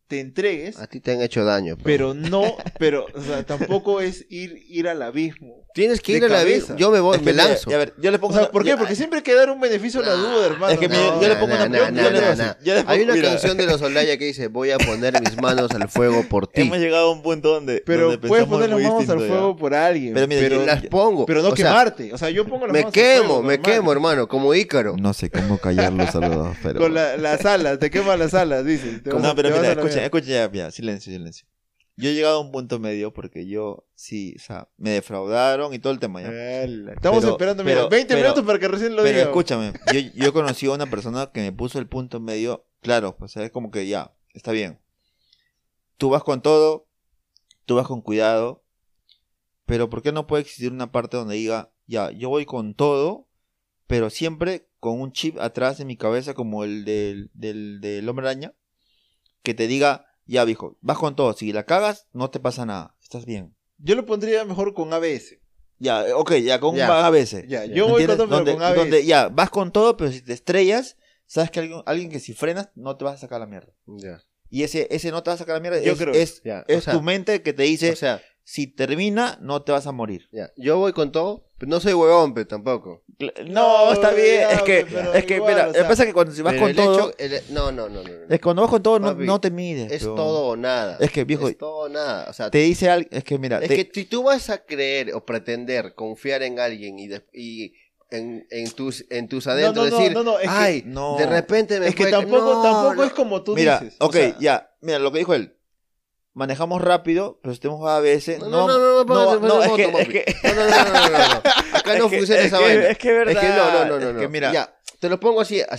te entregues, A ti te han hecho daño. pero o sea, tampoco es ir al abismo. Tienes que de ir a la cabeza. vida. Yo me voy, Es que me mira, lanzo. y a ver, yo le pongo O sea, ¿por qué? Porque siempre hay que dar un beneficio a la duda, hermano. Es que mira, No, yo le pongo una nah, nah, yo le- nah. yo le pongo- Hay una mira, canción de los Olaya que dice, voy a poner mis manos al fuego por ti. Hemos llegado a un punto donde Pero donde puedes pensamos poner las muy manos al distinto, fuego ya. por alguien. Pero mira, Pero las pongo. pero no O sea, quemarte. O sea, yo pongo las me manos al fuego, quemo, normal. hermano, como Ícaro. No sé cómo callarlos a los dos, pero... Con las alas, te queman las alas, dices. No, pero mira, escucha. escucha ya, silencio. Yo he llegado a un punto medio porque yo, sí, o sea, me defraudaron y todo el tema ya. Estamos Pero- esperando, mira, pero- 20 pero- minutos para que recién lo Pero diga. escúchame, yo conocí a una persona que me puso el punto medio, claro, pues es como que ya, está bien. Tú vas con todo, tú vas con cuidado, pero ¿por qué no puede existir una parte donde diga, ya, yo voy con todo, pero siempre con un chip atrás de mi cabeza como el del Hombre Araña, que te diga, ya viejo, vas con todo, si la cagas, no te pasa nada, estás bien. Yo lo pondría mejor con ABS. Ya, ok, ya con Ya. un a veces. Ya, yo voy con todo, pero con ABS. Donde ya, vas con todo, pero si te estrellas, sabes que alguien que si frenas, no te vas a sacar la mierda. Ya, Y ese no te va a sacar la mierda, Yo es, creo. es, ya. es O sea, tu mente que te dice, o sea, si termina, no te vas a morir. ya. Yo voy con todo, pero no soy huevón, pero tampoco. No, está bien, ya, es que, pero es que igual, mira, o sea, lo que pasa es que cuando si vas Pero con el todo, hecho- no. es que cuando vas con todo, Papi, no te mides. Es pero- todo o nada. Es que, viejo, Es todo o nada. O sea, te dice algo, es que mira, es que si tú vas a creer o pretender confiar en alguien y en tus adentros decir, no, es que- ay, no. de repente me Es que fue- tampoco no. es como tú mira, dices. ok, o sea, ya, mira, lo que dijo él. Manejamos rápido, pero si tenemos ABS, No, es que no. Acá no funciona esa vaina. Es que es verdad. Es que no. Es que mira, Ya, te lo pongo así.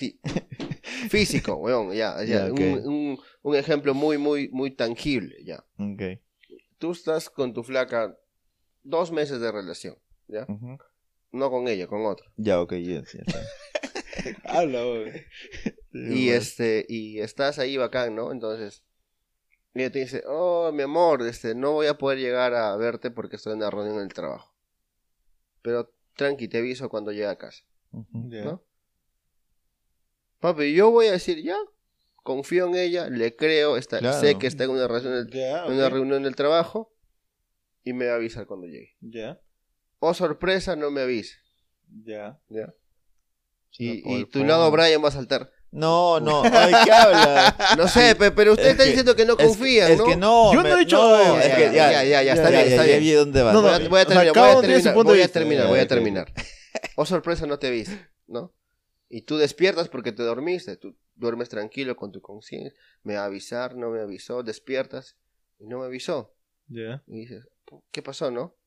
Físico, weón, ya. Ya, ok. Un ejemplo muy tangible, ya. ok. Tú estás con tu flaca 2 meses de relación, ¿ya? Ujú. No con ella, con otro. Ya, ok, ya está. habla, güey. Y y estás ahí bacán, ¿no? Entonces, ella te dice, oh, mi amor, no voy a poder llegar a verte porque estoy en una reunión en el trabajo. Pero tranqui, te aviso cuando llegue a casa, Ujú. Ya. ¿no? Papi, yo voy a decir, ya, confío en ella, le creo, Claro. sé que está en una Ya, en una ok. reunión del trabajo y me va a avisar cuando llegue. Ya, Oh, sorpresa, no me avise, ya. ¿ya? Sí, o Y el tu phone. lado Brian va a saltar. No, ay, ¿qué habla? No sé, pero usted Es está que- diciendo que no confían, es ¿no? que no. Yo no he dicho no, eso. es que Ya, está bien, está ya bien. vi dónde vas. No, no, Voy a o sea, terminar, cada uno tiene su punto de vista. voy a Ok. terminar. Oh, sorpresa, no te avise, ¿no? Y tú despiertas porque te dormiste, tú duermes tranquilo con tu conciencia, me va a avisar, no me avisó, despiertas y no me avisó. Ya. Y dices, ¿qué pasó, no?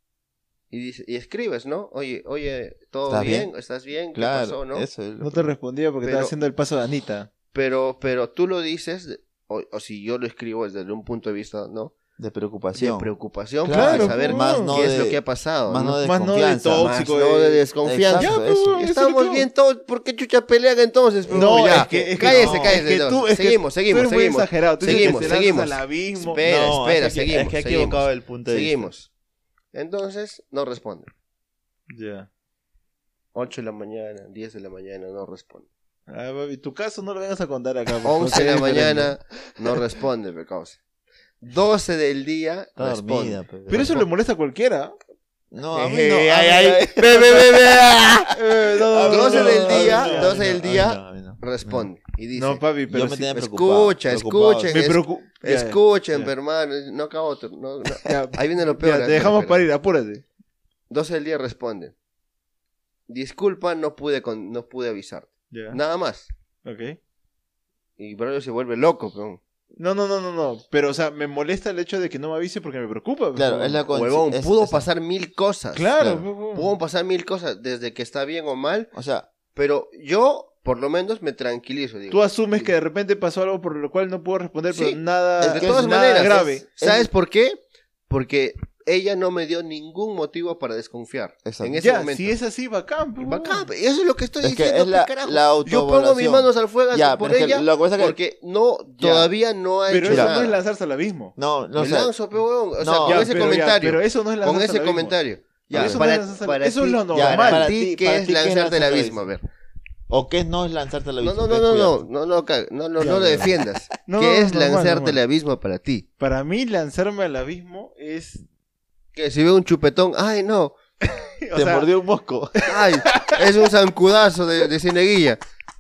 Y escribes, ¿no? Oye, ¿todo ¿Estás bien? bien? ¿Estás bien? ¿Qué Claro, pasó, no? eso es lo No te respondía porque Pero- estaba haciendo el paso de Anita. Pero tú lo dices, o si yo lo escribo desde un punto de vista, ¿no? de De preocupación. preocupación Claro, para saber pues, más no qué es de- lo que ha pasado. Más no de Más no de confianza. tóxico, Más no de desconfianza. Exacto, Ya, eso. pues, Estamos bien todos, ¿por qué chucha pelean entonces? Pero No, ya, es que cállese, no, cállese. es que entonces. tú- es que seguimos, tú eres muy exagerado. Tú dices seguimos, que te lanzas seguimos. al abismo. Espera, No, espera, es que, seguimos. Es que ha seguimos. equivocado el punto de Seguimos. Entonces, no responde. Ya. 8 de la mañana, 10 de la mañana, no responde. Ah, baby, tu caso no lo vengas a contar acá. por favor, 11 de la es diferente. mañana, no responde, pe causa. 12 del día, Está responde. dormida. Pero, Pero eso le molesta a cualquiera. No, a mí no. Ay, a mí ay, no. ay. Ve, No, 12 no, del no, día, no, no, 12 del A mí día, no, a mí no. responde. Y dice, No, papi, pero Yo me sí, tenía preocupado. escuchen, me preocupa. escuchen, hermano, no acabo, no. Ahí viene lo peor. Ya, te dejamos espera. para ir, apúrate. 12 del día responde. Disculpa, no pude avisarte. Ya. Nada más. Ok. Y Braulio se vuelve loco, peón. No. Pero, o sea, me molesta el hecho de que no me avise porque me preocupa. Claro, pues. es la Huevón, es- pudo es- pasar 1000 cosas. Claro, claro. pues, Pudo pasar 1000 cosas, desde que está bien o mal. O sea, Pero yo, por lo menos, me tranquilizo. Digo, Tú asumes que de repente pasó algo por lo cual no puedo responder, Sí, pero nada, de todas nada maneras, grave. ¿sabes por qué? Porque ella no me dio ningún motivo para desconfiar. Exacto. En ese Ya, momento. si es así, bacán. pues, Bacán, huevón. eso es lo que estoy Es que diciendo. es la- ¿qué carajo? la Yo pongo mis autoevaluación. manos al fuego Ya, por pero es que ella lo que pasa es que- porque no, Ya. todavía no ha Pero hecho eso nada. no es lanzarse al abismo. no Me sé. lanzo, pe, huevón. O sea, No, con ya, ese pero comentario. pero eso no es lanzarse Con al ese abismo. comentario. Pero Ya, eso no es lanzarse al- eso es lo ya, normal. para ti- ti, ¿qué para es ti, ¿qué es lanzarte al lanzarte al abismo? A ver. ¿O qué no es lanzarte al abismo? No lo defiendas. ¿Qué es lanzarte al abismo para ti? Para mí, lanzarme al abismo es... Que si veo un chupetón, ¡ay, no! Te mordió un mosco. ¡Ay! Es un zancudazo de Cieneguilla.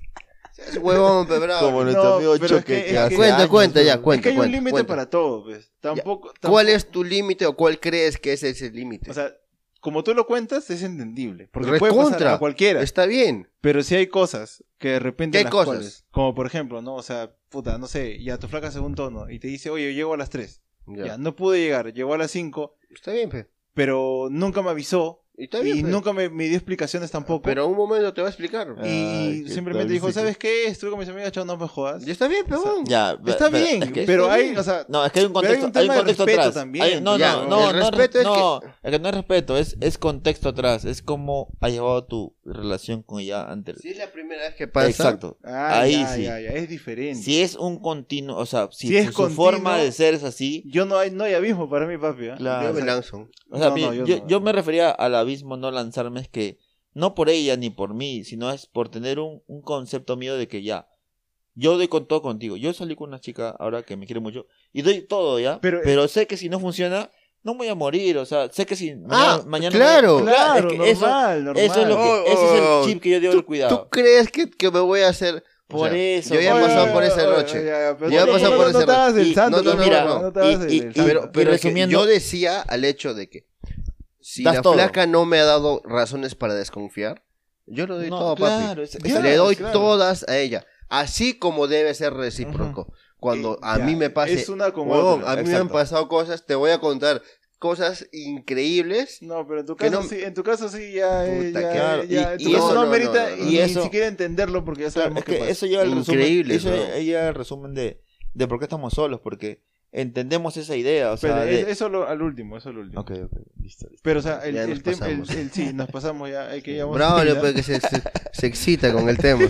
Es huevón, pe, bravo. Como nuestro amigo pero Choque. es que- Cuenta, Es que hay un límite cuenta. para todo, pues. Tampoco... ¿Cuál es tu límite o cuál crees que es ese límite? O sea, como tú lo cuentas, es entendible. Porque puede Recontra. pasar a cualquiera. Está bien. Pero si hay cosas que de repente... ¿Qué las cosas? cuales- como por ejemplo, ¿no? O sea, puta, no sé, ya tu flaca hace un tono y te dice, oye, llego a las 3. Ya, no pude llegar, llegó a las 5, Está bien, pe. pero nunca me avisó. Está bien, Y pe. nunca me dio explicaciones tampoco. Pero un momento te va a explicar. Y qué simplemente tal, dijo, sí, ¿sabes qué? Estuve con mis amigas, chao, no me jodas. Y está bien, pe, huevón. Ya, Está pero- bien, es que- pero está hay, bien. o sea, No, es que hay un pero hay contexto, un tema de contexto respeto atrás. también. No, Ya, no, el respeto es no, es que no es respeto, es contexto atrás, es cómo ha llevado tu relación con ella antes. Si es la primera vez que pasa. Exacto. Ahí Ahí ya, sí. ya, es diferente. Si es un continuo, o sea, si es su continuo, forma de ser es así, Yo no hay abismo para mí, papi. ¿eh? claro. Yo me lanzo. O sea, No, mira, yo yo, no. yo me refería al abismo, no lanzarme, es que no por ella ni por mí, sino es por tener un concepto mío de que ya, yo doy con todo contigo. Yo salí con una chica ahora que me quiere mucho y doy todo ya, Pero- sé que si no funciona, no voy a morir, o sea, sé que si mañana claro. Claro, es que eso, normal. eso es lo que, ese es el chip que yo debo de cuidar. ¿Tú crees que me voy a hacer? Por eso, Yo ya he oye, pasado por esa noche. Ya he pasado por esa No te hagas el Y- santo, no, mira, no, no te hagas y- el y- santo. Pero es que resumiendo- yo decía al hecho de que si Das la todo. flaca no me ha dado razones para desconfiar, yo le doy No, todo, claro, papi. Ya, Le doy claro. todas a ella. Así como debe ser recíproco. Cuando a Ya, mí me pase, es una como huevón, otra, a mí me han exacto. pasado cosas, te voy a contar cosas increíbles. No, pero en tu que caso no- sí, en tu caso sí ya, Puta, ya, claro. ya, Y- en tu y caso eso- no no, amerita no, no, ni y eso- siquiera entenderlo porque ya Claro, sabemos es qué que pasa. eso lleva al resumen, Increíble, eso bro. lleva al resumen de por qué estamos solos, porque entendemos esa idea, o Pero sea, eso al último, eso al último. Ok, listo. Pero o sea, el Ya nos tema, pasamos. sí, nos pasamos ya, hay que ya vamos a Braulio, terminar. pues, que se excita con el tema.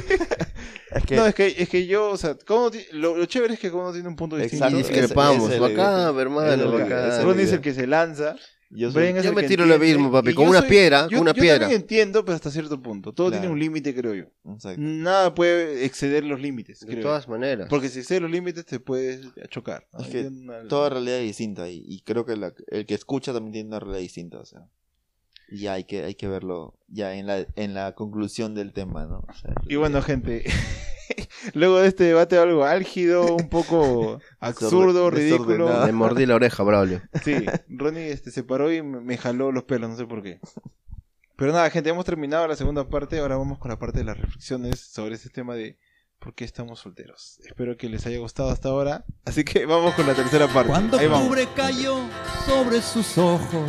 Es que, No, es que yo, o sea, lo chévere es que cada uno tiene un punto distinto. Exacto, Y discrepamos. ese- ese- Bacán, hermano, ese- bacán. ese- Ronnie es el que se lanza. yo soy- Brian es Yo el me que tiro al entiende, abismo, papi, y con yo una soy- piedra, yo, con una yo piedra. también entiendo, pero hasta cierto punto. Todo Claro. tiene un límite, creo yo. Exacto. Nada puede exceder los límites, De creo yo. todas maneras. Porque si excede los límites te puedes chocar. ¿no? Es que Yo no- Toda realidad es distinta y creo que el que escucha también tiene una realidad distinta, o sea. Y ya hay que verlo ya en la conclusión del tema, ¿no? O sea, Y bueno, gente, luego de este debate algo álgido, un poco absurdo, ridículo. desordenado. Me mordí la oreja, Braulio. Sí, Ronnie se paró y me jaló los pelos, no sé por qué. Pero nada, gente, hemos terminado la segunda parte. Ahora vamos con la parte de las reflexiones sobre este tema de por qué estamos solteros. Espero que les haya gustado hasta ahora. Así que vamos con la tercera parte. Cuando Ahí vamos. octubre cayó sobre sus ojos,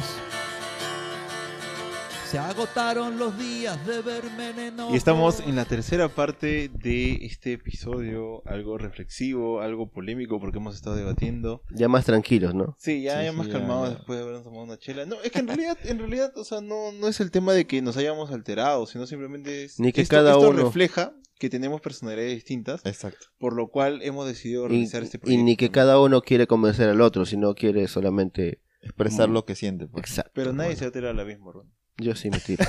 se agotaron los días de verme en enojo. Y estamos en la tercera parte de este episodio, algo reflexivo, algo polémico, porque hemos estado debatiendo. Ya más tranquilos, ¿no? Sí, ya, Sí, ya sí, más ya, calmados ya. después de habernos tomado una chela. No, es que en realidad, o sea, no es el tema de que nos hayamos alterado, sino simplemente es... Ni que esto, cada esto uno- refleja que tenemos personalidades distintas, Exacto. por lo cual hemos decidido Y, realizar este y proyecto. ni que cada uno quiere convencer al otro, sino quiere solamente... Expresar lo que siente. Pues. Exacto. Pero nadie hermano. se altera al abismo, Ron. Yo sí me tiro.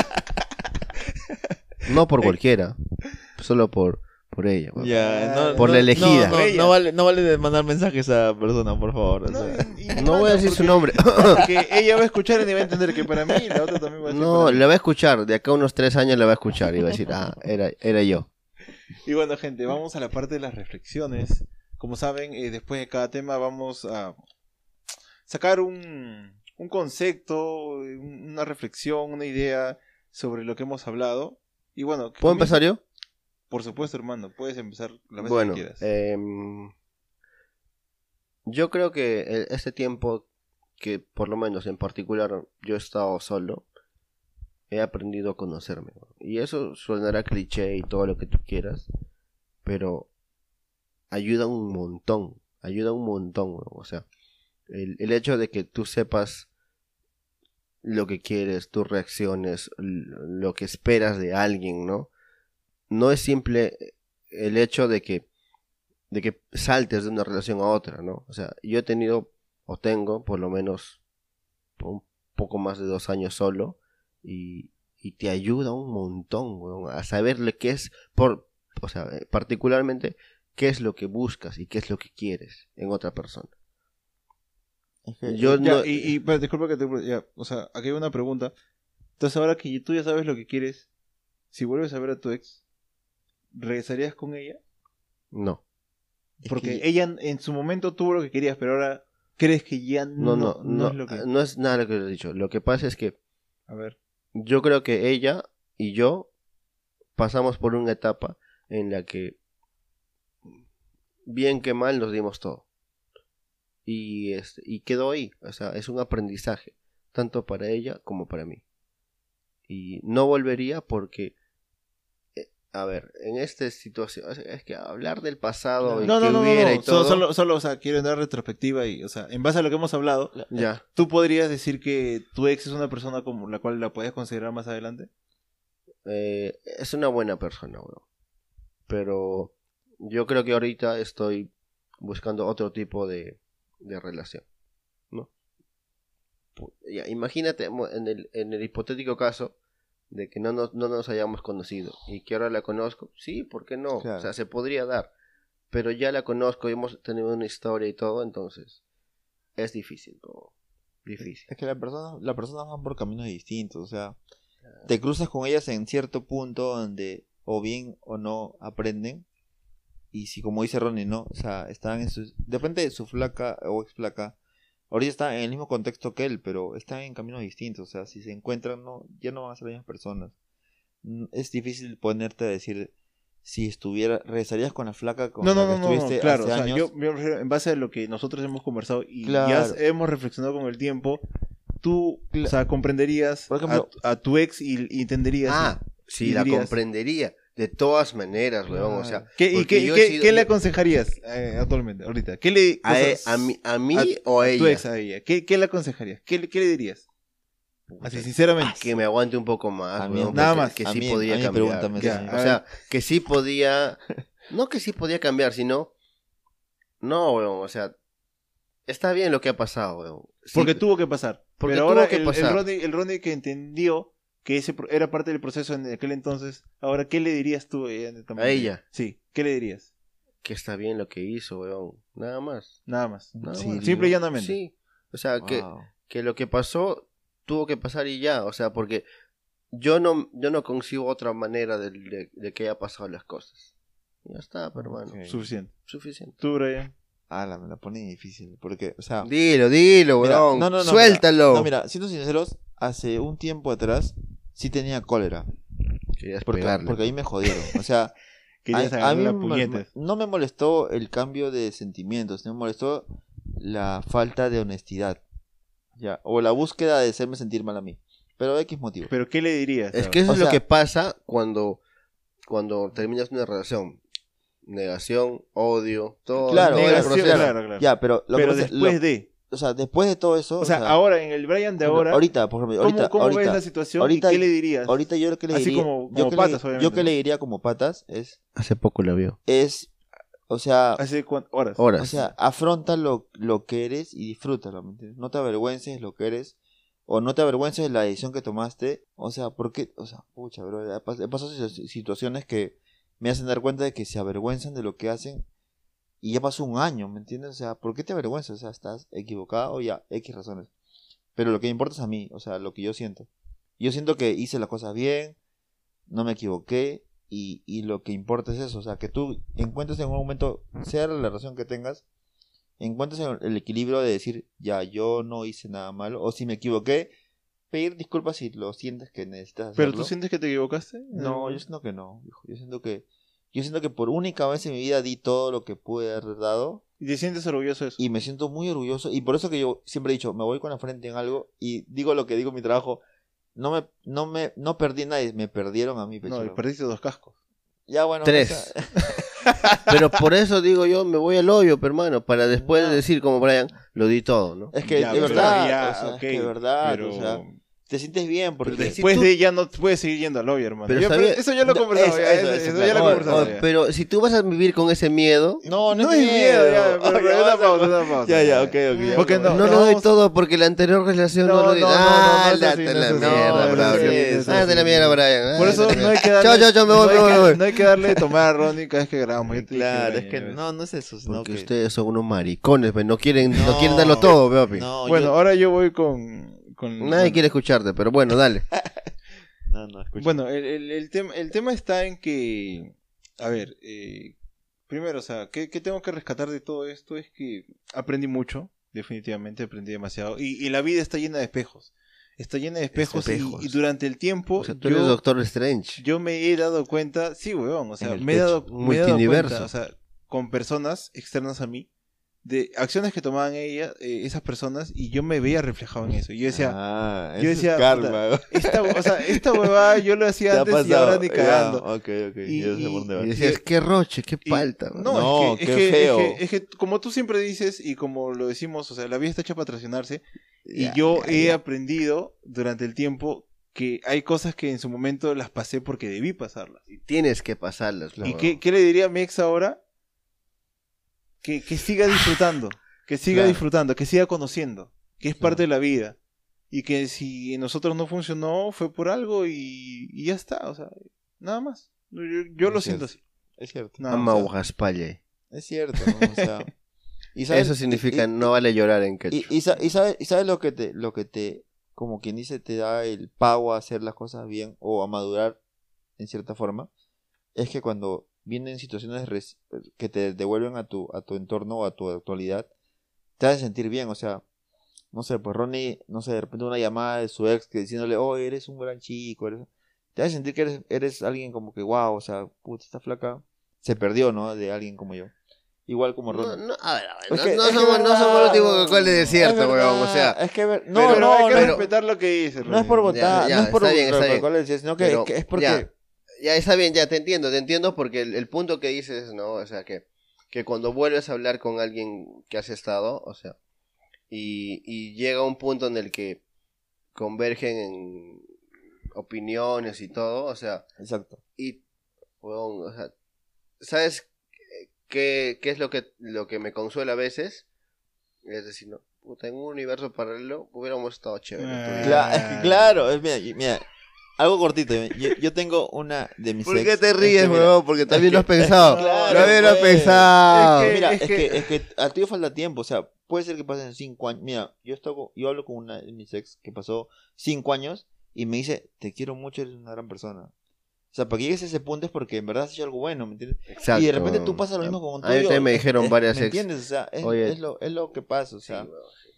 No por cualquiera, solo por ella. weón. Ya, no, Por no, la elegida. No, no vale de mandar mensajes a persona, por favor. o No, sea. No voy a decir su nombre. Porque ella va a escuchar y va a entender que para mí y la otra también va a decir No, para mí. la va a escuchar. De acá a unos 3 años la va a escuchar y va a decir, era yo. Y bueno, gente, vamos a la parte de las reflexiones. Como saben, después de cada tema vamos a sacar un concepto, una reflexión, una idea sobre lo que hemos hablado. Y bueno, ¿Puedo empezar yo? Por supuesto, hermano, puedes empezar la vez Bueno, que quieras. yo creo que este tiempo que por lo menos en particular yo he estado solo, he aprendido a conocerme. ¿No? Y eso sonará cliché y todo lo que tú quieras, pero ayuda un montón, ¿no? O sea, el hecho de que tú sepas lo que quieres, tus reacciones, lo que esperas de alguien, ¿no? No es simple el hecho de que saltes de una relación a otra, ¿no? O sea, yo he tenido, o tengo, por lo menos un poco más de 2 años solo, y y te ayuda un montón, weón, a saberle qué es, o sea, particularmente, qué es lo que buscas y qué es lo que quieres en otra persona. Yo ya, pero disculpa que o sea, aquí hay una pregunta. Entonces ahora que tú ya sabes lo que quieres, si vuelves a ver a tu ex, ¿regresarías con ella? No. Porque ella en su momento tuvo lo que querías, pero ahora crees que ya no es lo que... No es nada lo que he dicho. Lo que pasa es que, a ver, yo creo que ella y yo pasamos por una etapa en la que, bien que mal, nos dimos todo. Y quedó ahí. O sea, es un aprendizaje, tanto para ella como para mí. Y no volvería porque, a ver, en esta situación, es que hablar del pasado y que hubiera y todo... Solo, o sea, quiero dar retrospectiva y, o sea, en base a lo que hemos hablado, ya. ¿Tú podrías decir que tu ex es una persona como la cual la puedes considerar más adelante? Es una buena persona, bro. Pero yo creo que ahorita estoy buscando otro tipo de relación, ¿no? Ya, imagínate en el hipotético caso de que no nos hayamos conocido y que ahora la conozco, sí, ¿por qué no? Claro. O sea, se podría dar, pero ya la conozco y hemos tenido una historia y todo, entonces es difícil, bro. Difícil. Es que las personas van por caminos distintos, o sea, te cruzas con ellas en cierto punto donde o bien o no aprenden, y si como dice Ronnie, ¿no? O sea, están depende de su flaca o ex flaca, ahorita está en el mismo contexto que él, pero están en caminos distintos, o sea, si se encuentran, ya no van a ser las mismas personas. Es difícil ponerte a decir si regresarías con la flaca con la que estuviste claro, hace o sea, años. yo me refiero en base a lo que nosotros hemos conversado y Claro. ya hemos reflexionado con el tiempo, tú, o sea, comprenderías Por ejemplo, a tu ex y entenderías. Sí, la comprendería. De todas maneras, weón, o sea... ¿Qué le aconsejarías actualmente, ahorita? ¿Qué le, ¿A mí o a ella? Tu ex, a ella. ¿Qué le aconsejarías? ¿Qué le dirías? Así, sinceramente. Que me aguante un poco más, weón, nada más. que sí podía cambiar. O sea, que sí podía... No que sí podía cambiar, sino... No, weón, o sea... Está bien lo que ha pasado, weón. Sí, porque tuvo que pasar. Porque pero ahora tuvo que pasar. El Ronnie que entendió que ese era parte del proceso en aquel entonces, ahora, ¿qué le dirías tú a ella? Sí, ¿qué le dirías? Que está bien lo que hizo, weón. Nada más. Nada más. Sí, simple y llanamente. Sí. O sea, que lo que pasó tuvo que pasar y ya. O sea, porque yo no concibo otra manera de que haya pasado las cosas. Ya está, pero bueno. Okay. Suficiente. ¿Tú, Brian? Me la pone difícil, porque, o sea... Dilo, mira, weón. Suéltalo. Mira, siendo sinceros, hace un tiempo atrás sí tenía cólera. Querías porque ahí me jodieron. O sea, a mí no me molestó el cambio de sentimientos, me molestó la falta de honestidad. Ya, o la búsqueda de hacerme sentir mal a mí. Pero X motivo. ¿Pero qué le dirías? Es que eso es lo que pasa cuando terminas una relación. Negación, odio, todo. Claro, claro. Ya, pero después de... O sea, después de todo eso... O sea, ahora, en el Brian de ahora... Ahorita, por ejemplo, ¿Cómo ves la situación y qué le dirías? Ahorita yo lo que le Así diría... como patas, obviamente. Yo que le diría como patas es... Hace poco lo vio. O sea... ¿Hace horas? O sea, afronta lo que eres y disfrútalo, ¿me entiendes? No te avergüences lo que eres. O no te avergüences de la decisión que tomaste. O sea, porque... O sea, pucha, bro. He pasado situaciones que me hacen dar cuenta de que se avergüenzan de lo que hacen. Y ya pasó un año, ¿me entiendes? O sea, ¿por qué te avergüenzas? O sea, estás equivocado, ya, X razones. Pero lo que me importa es a mí, o sea, lo que yo siento. Yo siento que hice las cosas bien, no me equivoqué, y lo que importa es eso. O sea, que tú encuentres en un momento, sea la relación que tengas, encuentres el equilibrio de decir, ya, yo no hice nada malo, o si me equivoqué, pedir disculpas si lo sientes que necesitas hacerlo. ¿Pero tú sientes que te equivocaste? No, yo siento que no, hijo. Yo siento que por única vez en mi vida di todo lo que pude haber dado. ¿Y te sientes orgulloso de eso? Y me siento muy orgulloso. Y por eso que yo siempre he dicho, me voy con la frente en algo. Y digo lo que digo en mi trabajo. No perdí a nadie, me perdieron a mí. No, y perdiste 2 cascos. Ya, bueno. 3. Pero por eso digo yo, me voy al hoyo, hermano. Para después decir como Brian, lo di todo, ¿no? Es que ya, de verdad. Ya, o sea, okay, es que de verdad. Pero... O sea, te sientes bien porque Pero después de ya no puedes seguir yendo al lobby, hermano. Pero Eso ya lo conversamos. Eso ya lo conversamos. Pero si tú vas a vivir con ese miedo... No es miedo. Ya, una pausa. Ya, ok. Porque no lo doy todo porque la anterior relación no lo di. Ándate la mierda, Brian. De la mierda, Brian. Por eso no hay que darle... Chao, me voy. No hay que darle de tomar a Ronnie cada vez que grabamos. Claro, es que no es eso. Porque ustedes son unos maricones, no quieren darlo todo, papi. Bueno, ahora yo voy con nadie quiere escucharte, pero bueno, dale. Escucha. Bueno, el tema está en que, a ver, primero, o sea, ¿qué tengo que rescatar de todo esto? Es que aprendí mucho, definitivamente aprendí demasiado, y la vida está llena de espejos. Está llena de espejos. Y durante el tiempo... O sea, tú eres Doctor Strange. Yo me he dado cuenta, sí, weón, o sea, me he dado cuenta, o sea, con personas externas a mí, de acciones que tomaban esas personas, y yo me veía reflejado en eso. Y yo decía, karma. Esta huevada yo lo hacía antes y ahora ni cagando. Ok. Y decías, qué roche, qué palta. No, qué feo. Es que como tú siempre dices, y como lo decimos, o sea, la vida está hecha para traicionarse. Y yo he aprendido durante el tiempo que hay cosas que en su momento las pasé porque debí pasarlas. Y tienes que pasarlas. ¿Y qué le diría a mi ex ahora? Que siga disfrutando, que siga conociendo, que es parte de la vida, y que si en nosotros no funcionó fue por algo y ya está, o sea, nada más. Yo lo siento así. Es cierto. Es cierto, ¿no? O sea, eso significa no vale llorar en quechua. Y sabes lo que te, como quien dice, te da el pago a hacer las cosas bien o a madurar en cierta forma, es que cuando vienen situaciones que te devuelven a tu entorno o a tu actualidad, te hacen sentir bien. O sea, no sé, pues Ronnie, no sé, de repente una llamada de su ex que diciéndole, oh, eres un gran chico, te hace sentir que eres alguien como que, wow, o sea, puta, esta flaca se perdió, ¿no? De alguien como yo. Igual como Ronnie. No somos los tipos que de desierto, weón, o sea. Es que hay que respetar lo que dice, Ronnie. No es por votar, no es por votar, sino que es porque... Ya está bien, ya te entiendo porque el punto que dices, ¿no? O sea, que cuando vuelves a hablar con alguien que has estado, o sea, y llega un punto en el que convergen en opiniones y todo, o sea. Exacto. Y, bueno, o sea, ¿sabes qué es lo que me consuela a veces? Es decir, no, puta, en un universo paralelo hubiéramos estado chévere. Claro, mira. Algo cortito, yo tengo una de mis ex. ¿Por qué te ríes, weón? Porque también lo has pensado. Claro, lo has pensado. Es que a ti falta tiempo, o sea, puede ser que pasen 5 años. Mira, yo hablo con una de mis ex que pasó 5 años y me dice, te quiero mucho, eres una gran persona. O sea, para que llegues a ese punto es porque en verdad has hecho algo bueno, ¿me entiendes? Exacto. Y de repente tú pasas lo mismo con un tuyo. A mí también me dijeron varias ex. ¿Me entiendes? O sea, es lo que pasa, o sea. Sí,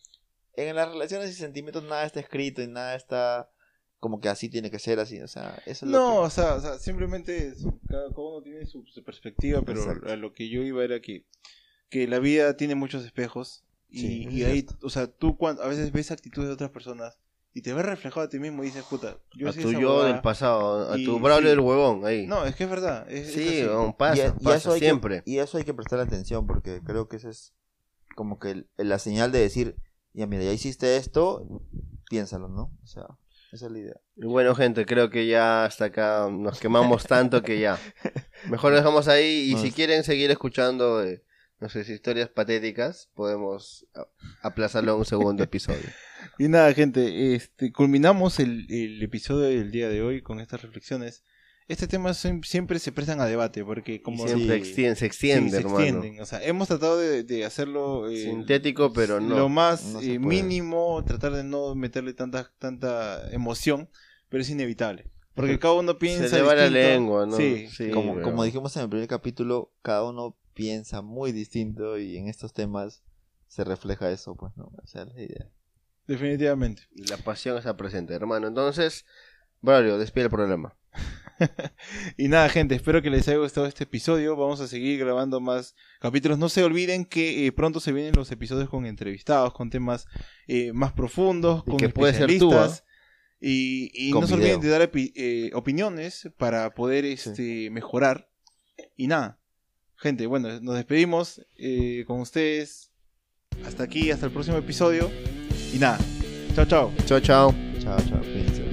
en las relaciones y sentimientos nada está escrito y nada está... como que así tiene que ser, así, o sea, eso es o sea, simplemente cada uno tiene su perspectiva, pero a lo que yo iba era que la vida tiene muchos espejos y ahí, o sea, tú a veces ves actitudes de otras personas y te ves reflejado a ti mismo y dices, puta, yo a tu yo del pasado, a tu Braulio del huevón, ahí. No, es que es verdad. Sí, pasa siempre. Y eso hay que prestar atención porque creo que esa es como que la señal de decir, ya mira, ya hiciste esto, piénsalo, ¿no? O sea... esa es la idea. Y bueno, gente, creo que ya hasta acá nos quemamos tanto que ya. Mejor lo dejamos ahí. Y si quieren seguir escuchando nuestras historias patéticas, podemos aplazarlo a un segundo episodio. Y nada, gente, culminamos el episodio del día de hoy con estas reflexiones. Este tema siempre se prestan a debate porque como siempre se extiende, hermano. O sea, hemos tratado de hacerlo sintético, pero no lo más mínimo, tratar de no meterle tanta emoción, pero es inevitable. Porque cada uno piensa se le va la lengua, ¿no? Sí, como dijimos en el primer capítulo, cada uno piensa muy distinto y en estos temas se refleja eso, pues, ¿no? O sea, es la idea. Definitivamente. Y la pasión está presente, hermano. Entonces, Braulio, despide el programa. Y nada, gente, espero que les haya gustado este episodio. Vamos a seguir grabando más capítulos. No se olviden que pronto se vienen los episodios con entrevistados, con temas más profundos, con que especialistas. Y no se olviden de dar opiniones para poder mejorar. Y nada, gente, bueno, nos despedimos con ustedes. Hasta aquí, hasta el próximo episodio. Y nada, chao, chao. Chao, chao. Chao, chao, cuídense.